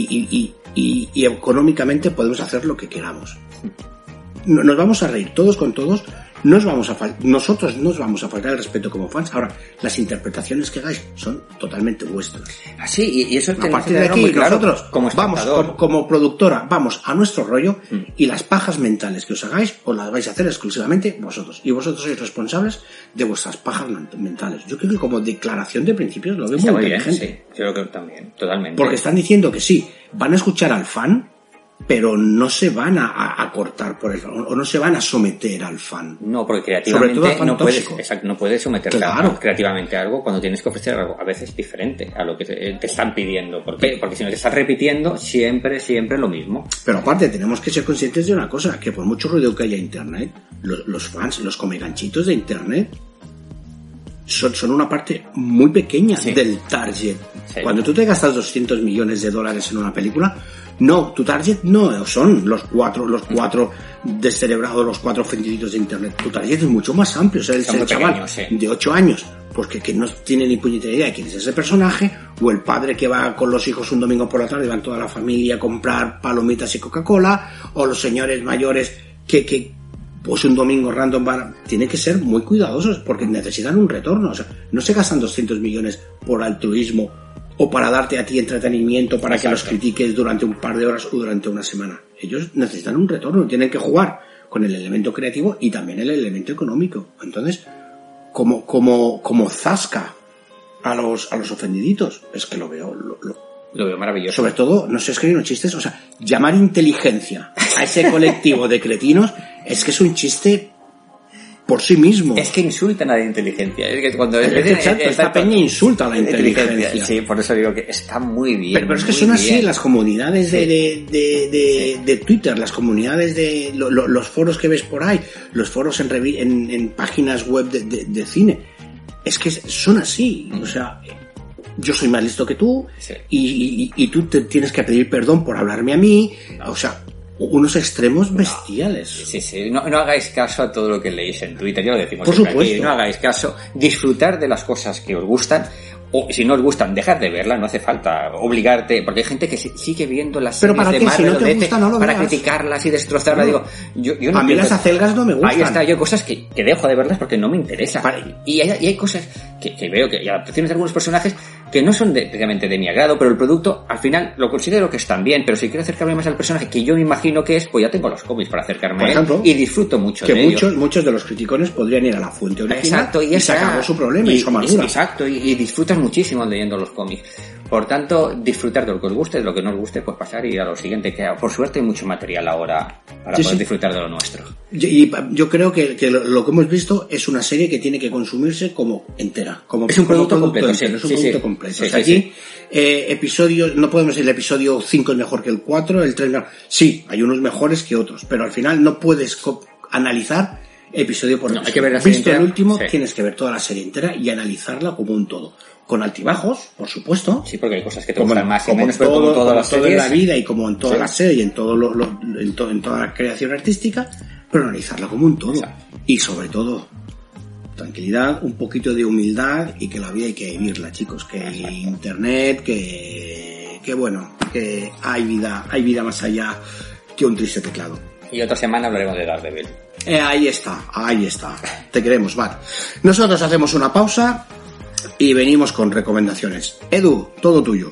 económicamente podemos hacer lo que queramos. Nos vamos a reír todos con todos, nosotros nos vamos a faltar el respeto como fans. Ahora, las interpretaciones que hagáis son totalmente vuestras.
Sí, y eso
a partir de aquí, claro, nosotros vamos como productora, vamos a nuestro rollo y las pajas mentales que os hagáis os las vais a hacer exclusivamente vosotros. Y vosotros sois responsables de vuestras pajas mentales. Yo creo que como declaración de principios lo veo muy inteligente.
Bien, sí, yo creo que también, totalmente.
Porque están diciendo que sí, van a escuchar al fan, pero no se van a cortar por el fan, o no se van a someter al fan.
No, porque creativamente no puedes someterte creativamente a algo cuando tienes que ofrecer algo a veces diferente a lo que te están pidiendo. ¿Por qué? Porque si no te estás repitiendo siempre lo mismo.
Pero aparte tenemos que ser conscientes de una cosa, que por mucho ruido que haya en internet, los fans, los comeganchitos de internet son una parte muy pequeña del target. Sí. Cuando tú te gastas $200 millones en una película, no, tu target no son los cuatro descerebrados, los 4 ofendiditos de internet. Tu target es mucho más amplio. O sea, el chaval de 8 años, porque que no tiene ni puñetera idea de quién es ese personaje, o el padre que va con los hijos un domingo por la tarde, van toda la familia a comprar palomitas y Coca-Cola, o los señores mayores que pues un domingo random tienen que ser muy cuidadosos porque necesitan un retorno. O sea, no se gastan 200 millones por altruismo o para darte a ti entretenimiento para que los critiques durante un par de horas o durante una semana. Ellos necesitan un retorno, tienen que jugar con el elemento creativo y también el elemento económico. Entonces, como zasca a los ofendiditos, es que lo veo
maravilloso.
Sobre todo, no sé escribir chistes, o sea, llamar inteligencia a ese colectivo de cretinos es que es un chiste por sí mismo.
Es que insultan a la inteligencia. Es que cuando
esta peña insulta a la inteligencia.
Sí, por eso digo que está muy bien.
Pero es que son así las comunidades de Twitter, las comunidades de los foros que ves por ahí, los foros en páginas web de cine. Es que son así, o sea, yo soy más listo que tú y tú te tienes que pedir perdón por hablarme a mí, o sea, unos extremos bestiales.
Sí. No hagáis caso a todo lo que leéis en Twitter, ya lo decimos
por supuesto.
Aquí. No hagáis caso, disfrutar de las cosas que os gustan, o si no os gustan, dejar de verlas, no hace falta obligarte, porque hay gente que sigue viendo las series de Marvel,
si no te gusta, no lo
para criticarlas y destrozarlas. Digo, yo no
a mí las acelgas no me gustan.
Ahí está, yo hay cosas que dejo de verlas porque no me interesa. Y hay cosas que veo, que hay adaptaciones de algunos personajes que no son precisamente de mi agrado, pero el producto al final lo considero que están bien, pero si quiero acercarme más al personaje que yo me imagino que es, pues ya tengo los cómics para acercarme a él y disfruto mucho de ellos.
Muchos de los criticones podrían ir a la fuente original y se acabó su problema y su amargura.
Exacto, y disfrutas muchísimo leyendo los cómics. Por tanto, disfrutar de lo que os guste, de lo que no os guste, pues pasar y a lo siguiente, que por suerte hay mucho material ahora para poder disfrutar de lo nuestro.
Yo creo que lo que hemos visto es una serie que tiene que consumirse como entera.
Es un producto completo.
Es un producto completo. O sea, aquí, episodios, no podemos decir el episodio 5 es mejor que el 4, el 3 mejor. Sí, hay unos mejores que otros, pero al final no puedes analizar episodio por episodio.
Hay que ver la serie
entera. El último, tienes que ver toda la serie entera y analizarla como un todo. Con altibajos, por supuesto.
Sí, porque hay cosas que te gustan más y menos, pero como todas las series.
En la vida y como en toda la serie y en toda la creación artística, pero analizarla como un todo. Exacto. Y sobre todo, tranquilidad, un poquito de humildad y que la vida hay que vivirla, chicos. Que hay internet, que bueno, que hay vida más allá que un triste teclado.
Y otra semana hablaremos de Daredevil.
Ahí está. Te queremos, Matt. Nosotros hacemos una pausa y venimos con recomendaciones. Edu, todo tuyo.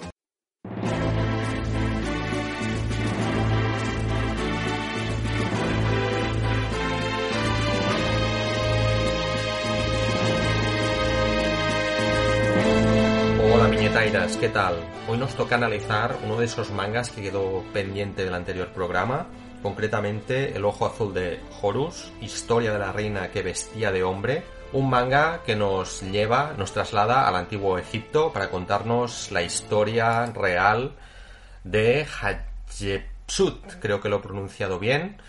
Hola viñetairas, ¿qué tal? Hoy nos toca analizar uno de esos mangas que quedó pendiente del anterior programa, concretamente El Ojo Azul de Horus, historia de la reina que vestía de hombre. Un manga que nos traslada al antiguo Egipto para contarnos la historia real de Hatshepsut, creo que lo he pronunciado bien,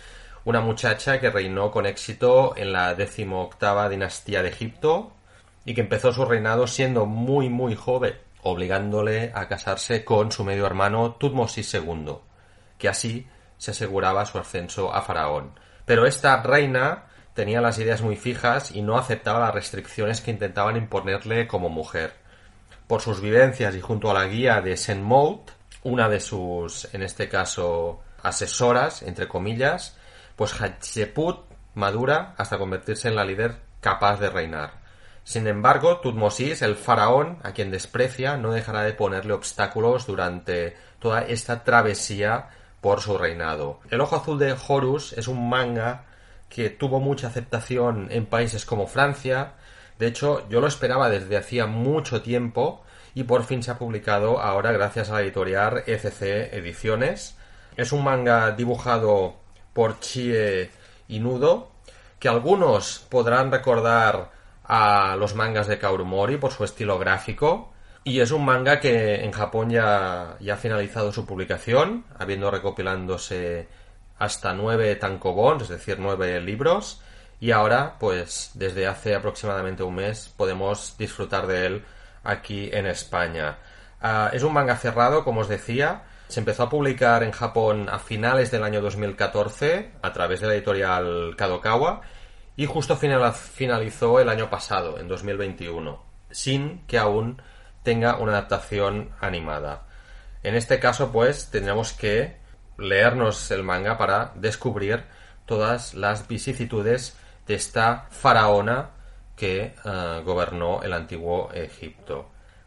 una muchacha que reinó con éxito en la 18ª dinastía de Egipto y que empezó su reinado siendo muy muy joven, obligándole a casarse con su medio hermano Tutmosis II, que así se aseguraba su ascenso a faraón. Pero esta reina tenía las ideas muy fijas y no aceptaba las restricciones que intentaban imponerle como mujer. Por sus vivencias y junto a la guía de Senmout, una de sus, en este caso, asesoras, entre comillas, pues Hatshepsut madura hasta convertirse en la líder capaz de reinar. Sin embargo, Tutmosis, el faraón, a quien desprecia, no dejará de ponerle obstáculos durante toda esta travesía por su reinado. El Ojo Azul de Horus es un manga que tuvo mucha aceptación en países como Francia. De hecho, yo lo esperaba desde hacía mucho tiempo y por fin se ha publicado ahora gracias a la editorial ECC Ediciones. Es un manga dibujado por Chie Inudo, que algunos podrán recordar a los mangas de Kaoru Mori por su estilo gráfico, y es un manga que en Japón ya ha finalizado su publicación, habiendo recopilándose hasta 9 tankobons, es decir, 9 libros, y ahora, pues, desde hace aproximadamente un mes podemos disfrutar de él aquí en España. Es un manga cerrado, como os decía. Se empezó a publicar en Japón a finales del año 2014 a través de la editorial Kadokawa y justo finalizó el año pasado, en 2021, sin que aún tenga una adaptación animada. En este caso, pues, tendremos que leernos el manga para descubrir todas las vicisitudes de esta faraona que gobernó el antiguo Egipto.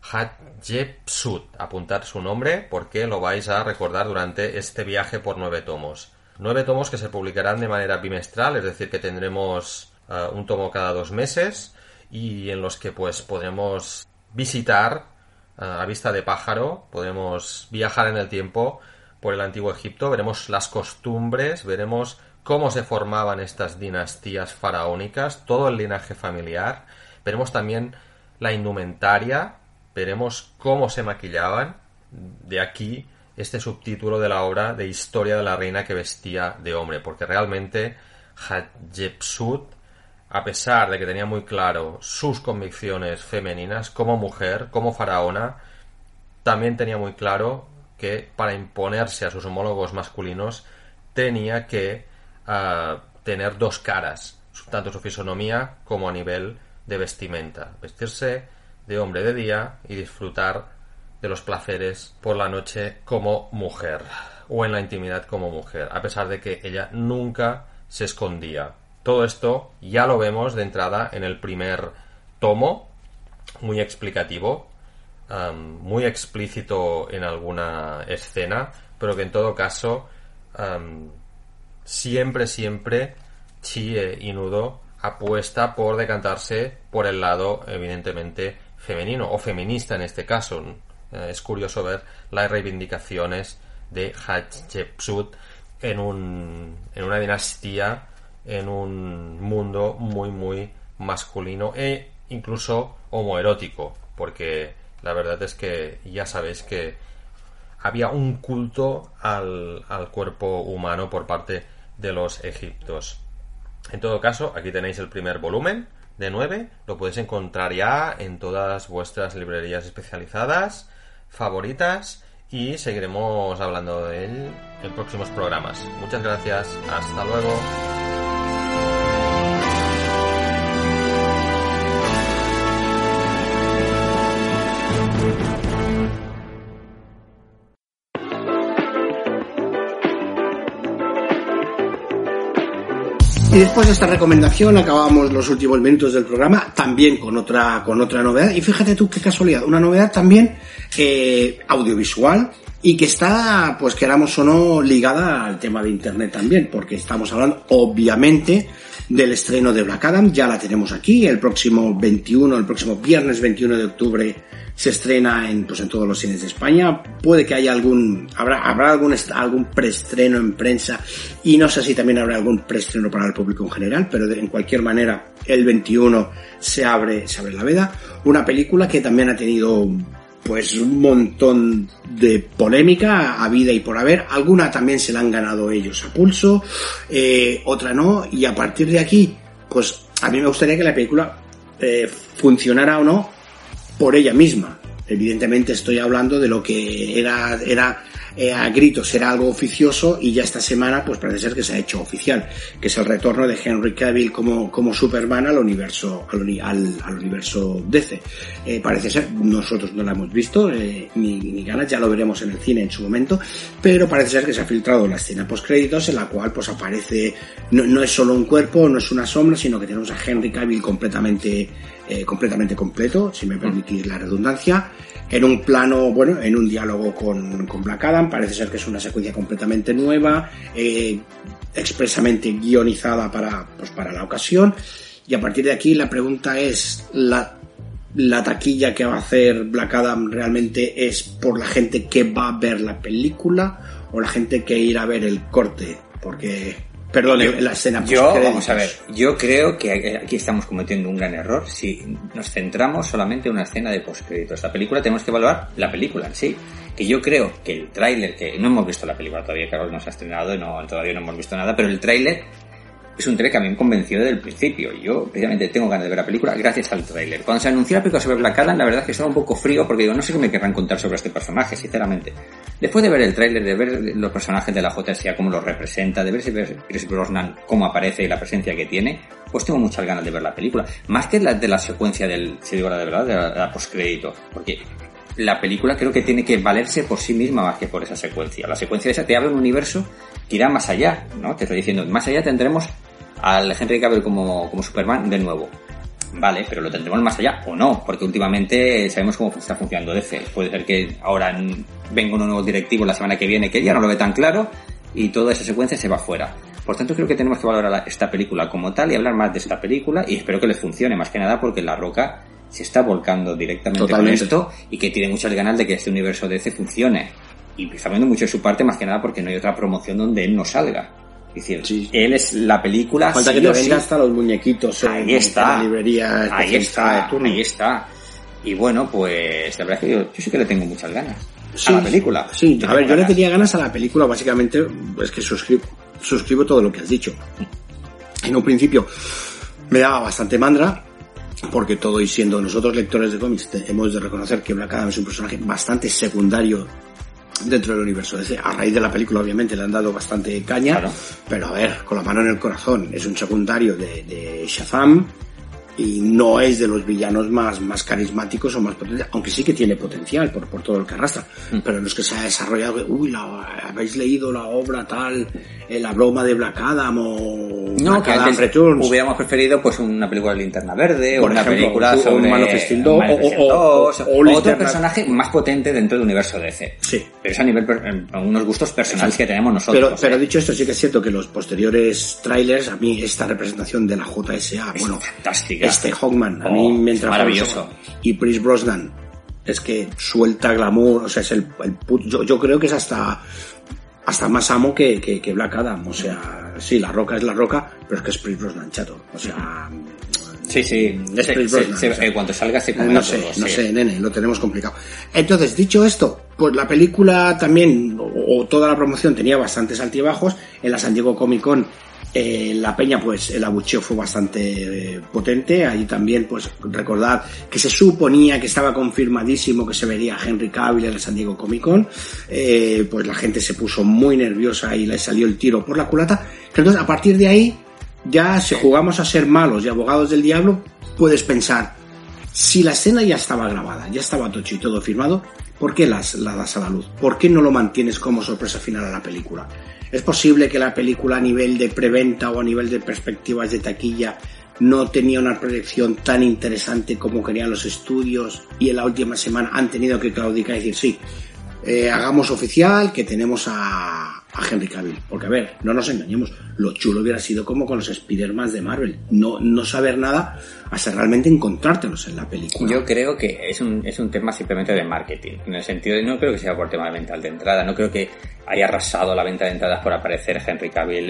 Hatshepsut, apuntad su nombre porque lo vais a recordar durante este viaje por 9 tomos. 9 tomos que se publicarán de manera bimestral, es decir, que tendremos un tomo cada 2 meses y en los que pues podremos visitar a vista de pájaro, podremos viajar en el tiempo por el antiguo Egipto, veremos las costumbres, veremos cómo se formaban estas dinastías faraónicas, todo el linaje familiar, veremos también la indumentaria, veremos cómo se maquillaban. De aquí este subtítulo de la obra de Historia de la reina que vestía de hombre, porque realmente Hatshepsut, a pesar de que tenía muy claro sus convicciones femeninas como mujer, como faraona, también tenía muy claro que para imponerse a sus homólogos masculinos tenía que tener 2 caras, tanto su fisonomía como a nivel de vestimenta, vestirse de hombre de día y disfrutar de los placeres por la noche como mujer o en la intimidad como mujer, a pesar de que ella nunca se escondía. Todo esto ya lo vemos de entrada en el primer tomo, muy explicativo, muy explícito en alguna escena, pero que en todo caso siempre Chie Inudo apuesta por decantarse por el lado evidentemente femenino o feminista en este caso. Es curioso ver las reivindicaciones de Hatshepsut en una dinastía, en un mundo muy muy masculino e incluso homoerótico, porque la verdad es que ya sabéis que había un culto al cuerpo humano por parte de los egipcios. En todo caso, aquí tenéis el primer volumen de 9, lo podéis encontrar ya en todas vuestras librerías especializadas favoritas y seguiremos hablando de él en próximos programas. Muchas gracias, hasta luego.
Y después de esta recomendación acabamos los últimos minutos del programa también con otra novedad. Y fíjate tú qué casualidad, una novedad también audiovisual y que está, pues queramos o no, ligada al tema de internet también, porque estamos hablando obviamente del estreno de Black Adam. Ya la tenemos aquí, el próximo viernes 21 de octubre se estrena en todos los cines de España. Puede que haya habrá algún preestreno en prensa y no sé si también habrá algún preestreno para el público en general, pero en cualquier manera el 21 se abre la veda. Una película que también ha tenido pues un montón de polémica a vida y por haber. Alguna también se la han ganado ellos a pulso, otra no, y a partir de aquí, pues a mí me gustaría que la película funcionara o no por ella misma. Evidentemente estoy hablando de lo que era a gritos, era algo oficioso, y ya esta semana pues parece ser que se ha hecho oficial, que es el retorno de Henry Cavill como Superman al universo DC. Parece ser, nosotros no la hemos visto ni ganas, ya lo veremos en el cine en su momento, pero parece ser que se ha filtrado la escena post créditos en la cual pues aparece, no es solo un cuerpo, no es una sombra, sino que tenemos a Henry Cavill completamente completo, si me permitís la redundancia, en un plano, bueno, en un diálogo con Black Adam. Parece ser que es una secuencia completamente nueva, expresamente guionizada para la ocasión, y a partir de aquí la pregunta es, la taquilla que va a hacer Black Adam realmente es por la gente que va a ver la película o la gente que irá a ver el corte, porque la escena
vamos a ver, yo creo que aquí estamos cometiendo un gran error si nos centramos solamente en una escena de postcréditos. La película, tenemos que evaluar la película en sí, que yo creo que el tráiler, que no hemos visto la película todavía, Carlos nos ha estrenado y todavía no hemos visto nada, pero el tráiler es un tráiler que a mí me convenció desde el principio. Yo precisamente tengo ganas de ver la película gracias al tráiler. Cuando se anunció la película sobre Black Adam, la verdad es que estaba un poco frío, porque digo, no sé qué me querrán contar sobre este personaje, sinceramente. Después de ver el tráiler, de ver los personajes de la JSA, cómo los representa, de ver si Pierce Brosnan cómo aparece y la presencia que tiene, pues tengo muchas ganas de ver la película. Más que de la secuencia si digo la de verdad, de la postcrédito, porque la película creo que tiene que valerse por sí misma más que por esa secuencia. La secuencia esa te abre un universo que irá más allá, ¿no? Te estoy diciendo, más allá tendremos al Henry Cavill como Superman de nuevo. Vale, pero lo tendremos más allá o no, porque últimamente sabemos cómo está funcionando DC. Puede ser que ahora venga uno nuevo directivo la semana que viene que ya no lo ve tan claro y toda esa secuencia se va fuera. Por tanto, creo que tenemos que valorar esta película como tal y hablar más de esta película, y espero que les funcione, más que nada porque La Roca se está volcando directamente con esto y que tiene muchas ganas de que este universo DC funcione. Y está viendo mucho de su parte, más que nada porque no hay otra promoción donde él no salga. Es decir, sí, él es la película.
Falta que te venga hasta los muñequitos
ahí está,
en la librería.
Ahí está. Y bueno, pues la verdad es que yo sí que le tengo muchas ganas a la película.
Sí, a ver, yo le tenía ganas a la película, básicamente, es que suscribo todo lo que has dicho. En un principio me daba bastante mandra, porque todo, y siendo nosotros lectores de cómics, hemos de reconocer que Black Adam es un personaje bastante secundario dentro del universo DC. A raíz de la película obviamente le han dado bastante caña, claro, pero a ver, con la mano en el corazón, es un secundario de Shazam y no es de los villanos más carismáticos o más potentes, aunque sí que tiene potencial por todo el que arrastra, pero no es que se ha desarrollado, habéis leído la obra tal, la broma de Black Adam o
no, que Adam Returns. Hubiéramos preferido pues una película de Linterna Verde, por o una ejemplo, película sobre
Man of Steel 2
o otro personaje más potente dentro del universo DC.
Sí.
Pero es a nivel unos gustos personales que tenemos nosotros.
Pero dicho esto, sí que es cierto que los posteriores trailers, a mí esta representación de la JSA,
es fantástica.
Hawkman, a mí mientras
maravilloso.
Y Pierce Brosnan es que suelta glamour, o sea, es yo creo que es hasta más amo que Black Adam, o sea, sí, La Roca es La Roca, pero es que es Pierce Brosnan, chato, o sea,
sí, es Pierce Brosnan, cuando salga se come
no sé, nene, lo tenemos complicado. Entonces, dicho esto, pues la película también, o toda la promoción tenía bastantes altibajos. En la San Diego Comic Con la peña, pues el abucheo fue bastante potente. Ahí también, pues recordad que se suponía que estaba confirmadísimo que se vería Henry Cavill en la San Diego Comic Con. Pues la gente se puso muy nerviosa y le salió el tiro por la culata. Entonces, a partir de ahí, ya si jugamos a ser malos y abogados del diablo, puedes pensar, si la escena ya estaba grabada, ya estaba tocho y todo firmado, ¿por qué la das a la luz? ¿Por qué no lo mantienes como sorpresa final a la película? ¿Es posible que la película a nivel de preventa o a nivel de perspectivas de taquilla no tenía una proyección tan interesante como querían los estudios y en la última semana han tenido que claudicar y decir sí, hagamos oficial que tenemos a Henry Cavill? Porque a ver, no nos engañemos, lo chulo hubiera sido como con los Spider-Man de Marvel, no saber nada hasta realmente encontrártelos en la película.
Yo creo que es un tema simplemente de marketing, en el sentido de, no creo que sea por tema de venta de entrada, no creo que haya arrasado la venta de entradas por aparecer Henry Cavill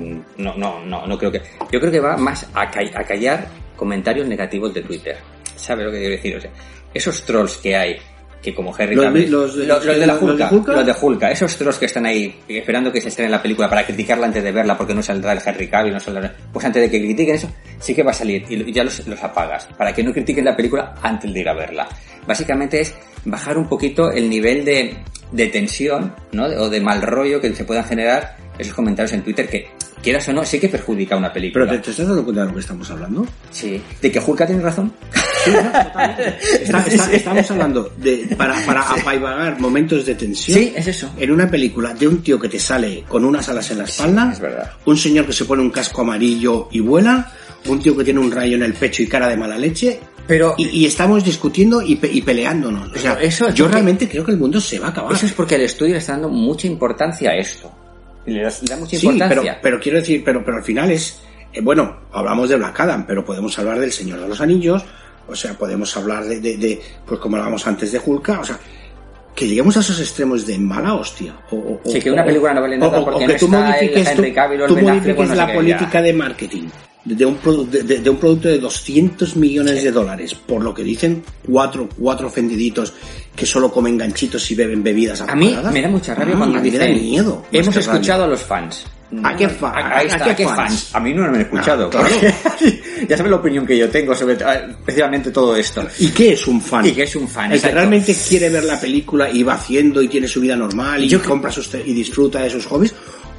no creo que, yo creo que va más a callar comentarios negativos de Twitter, ¿sabes lo que quiero decir? O sea, esos trolls que hay que como Henry Cavill...
Los de la Hulka.
Los de Hulka, esos trolls que están ahí esperando que se estrene la película para criticarla antes de verla porque no saldrá el Henry Cavill, no saldrá... Pues antes de que critiquen eso, sí que va a salir y ya los apagas para que no critiquen la película antes de ir a verla. Básicamente es bajar un poquito el nivel de tensión, ¿no? O de mal rollo que se puedan generar esos comentarios en Twitter que, quieras o no, sí que perjudica una película.
¿Pero te estás dando cuenta de lo que estamos hablando?
Sí. ¿De que Hulka tiene razón?
Sí, no, totalmente. Estamos hablando de para apaivagar momentos de tensión.
Sí, es eso.
En una película de un tío que te sale con unas alas en la espalda,
sí, es verdad.
Un señor que se pone un casco amarillo y vuela, un tío que tiene un rayo en el pecho y cara de mala leche...
Pero
y estamos discutiendo y peleándonos. O sea,
eso
yo realmente creo que el mundo se va a acabar.
Eso es porque el estudio le está dando mucha importancia a esto. Le da mucha importancia.
Sí, pero quiero decir, pero al final es... bueno, hablamos de Black Adam, pero podemos hablar del Señor de los Anillos, o sea, podemos hablar de pues como hablábamos antes de Hulka, o sea, que lleguemos a esos extremos de mala hostia.
Sí, que una película no vale nada porque
no está el
Henry Cavill o el
tú
Ben Affleck,
modifiques la política de marketing de un producto de 200 millones de dólares, por lo que dicen cuatro ofendiditos que solo comen ganchitos y beben bebidas azucaradas.
A mí me da mucha rabia cuando dicen,
me da miedo.
Hemos escuchado a los fans.
¿A qué fans?
A mí no me han escuchado.
Claro.
Ya sabes la opinión que yo tengo sobre precisamente todo esto.
¿Y qué es un fan?
¿Y qué es un fan?
El que realmente quiere ver la película y va haciendo y tiene su vida normal y compra y disfruta de sus hobbies.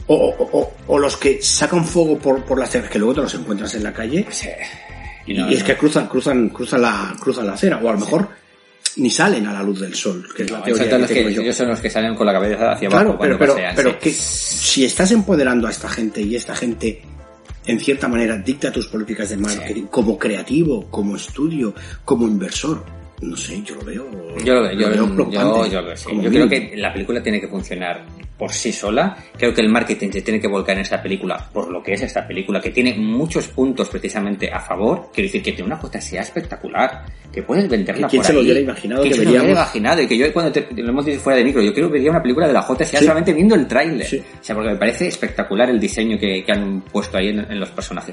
O los que sacan fuego por las ceras que luego te los encuentras en la calle.
Sí.
Y es que cruzan la acera. O a lo mejor ni salen a la luz del sol, que es la teoría que tengo yo.
Ellos son los que salen con la cabeza hacia abajo cuando pasean.
Pero que si estás empoderando a esta gente y esta gente en cierta manera dicta tus políticas de marketing, como creativo, como estudio, como inversor, no sé, yo lo veo. Yo
creo que la película tiene que funcionar por sí sola. Creo que el marketing se tiene que volcar en esta película por lo que es esta película, que tiene muchos puntos precisamente a favor. Quiero decir que tiene una JSA espectacular, que puedes venderla por ahí.
¿Quién se lo hubiera imaginado?
¿Quién se lo hubiera imaginado? Y que yo cuando lo hemos dicho fuera de micro, yo creo que vería una película de la JSA solamente viendo el tráiler. Sí. O sea, porque me parece espectacular el diseño que han puesto ahí en los personajes.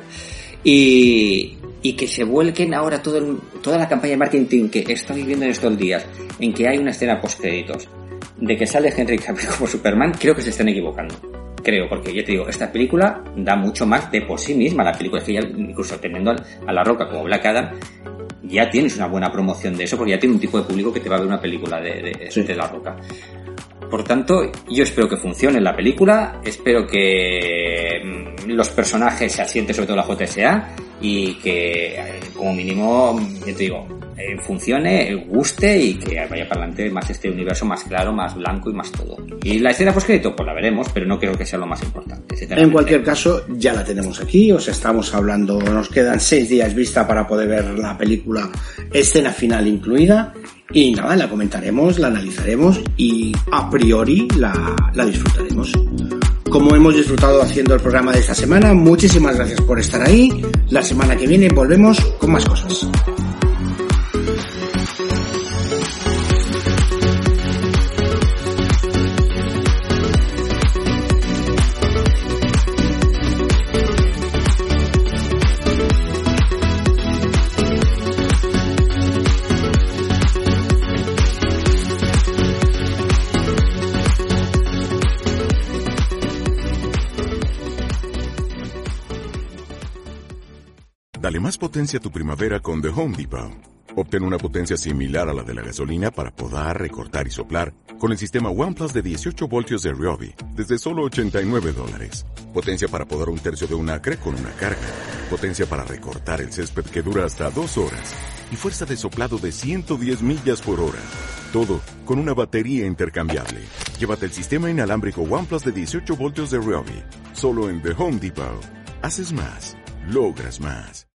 Y que se vuelquen ahora toda la campaña de marketing que está viviendo en estos días, en que hay una escena post-créditos de que sale Henry Cavill como Superman, creo que se están equivocando. Creo, porque ya te digo, esta película da mucho más de por sí misma. La película es que ya, incluso teniendo a La Roca como Black Adam, ya tienes una buena promoción de eso, porque ya tiene un tipo de público que te va a ver una película de La Roca. Por tanto, yo espero que funcione la película, espero que los personajes se asienten sobre todo la JSA y que, como mínimo, ya te digo, funcione, guste y que vaya para adelante más este universo más claro, más blanco y más todo. Y la escena postcrédito, pues la veremos, pero no creo que sea lo más importante.
En cualquier caso, ya la tenemos aquí, os estamos hablando, nos quedan 6 días vista para poder ver la película, escena final incluida. Y nada, la comentaremos, la analizaremos y a priori la disfrutaremos. Como hemos disfrutado haciendo el programa de esta semana, muchísimas gracias por estar ahí. La semana que viene volvemos con más cosas.
Dale más potencia a tu primavera con The Home Depot. Obtén una potencia similar a la de la gasolina para podar, recortar y soplar con el sistema OnePlus de 18 voltios de Ryobi desde solo $89. Potencia para podar 1/3 de un acre con una carga. Potencia para recortar el césped que dura hasta 2 horas. Y fuerza de soplado de 110 millas por hora. Todo con una batería intercambiable. Llévate el sistema inalámbrico OnePlus de 18 voltios de Ryobi. Solo en The Home Depot. Haces más. Logras más.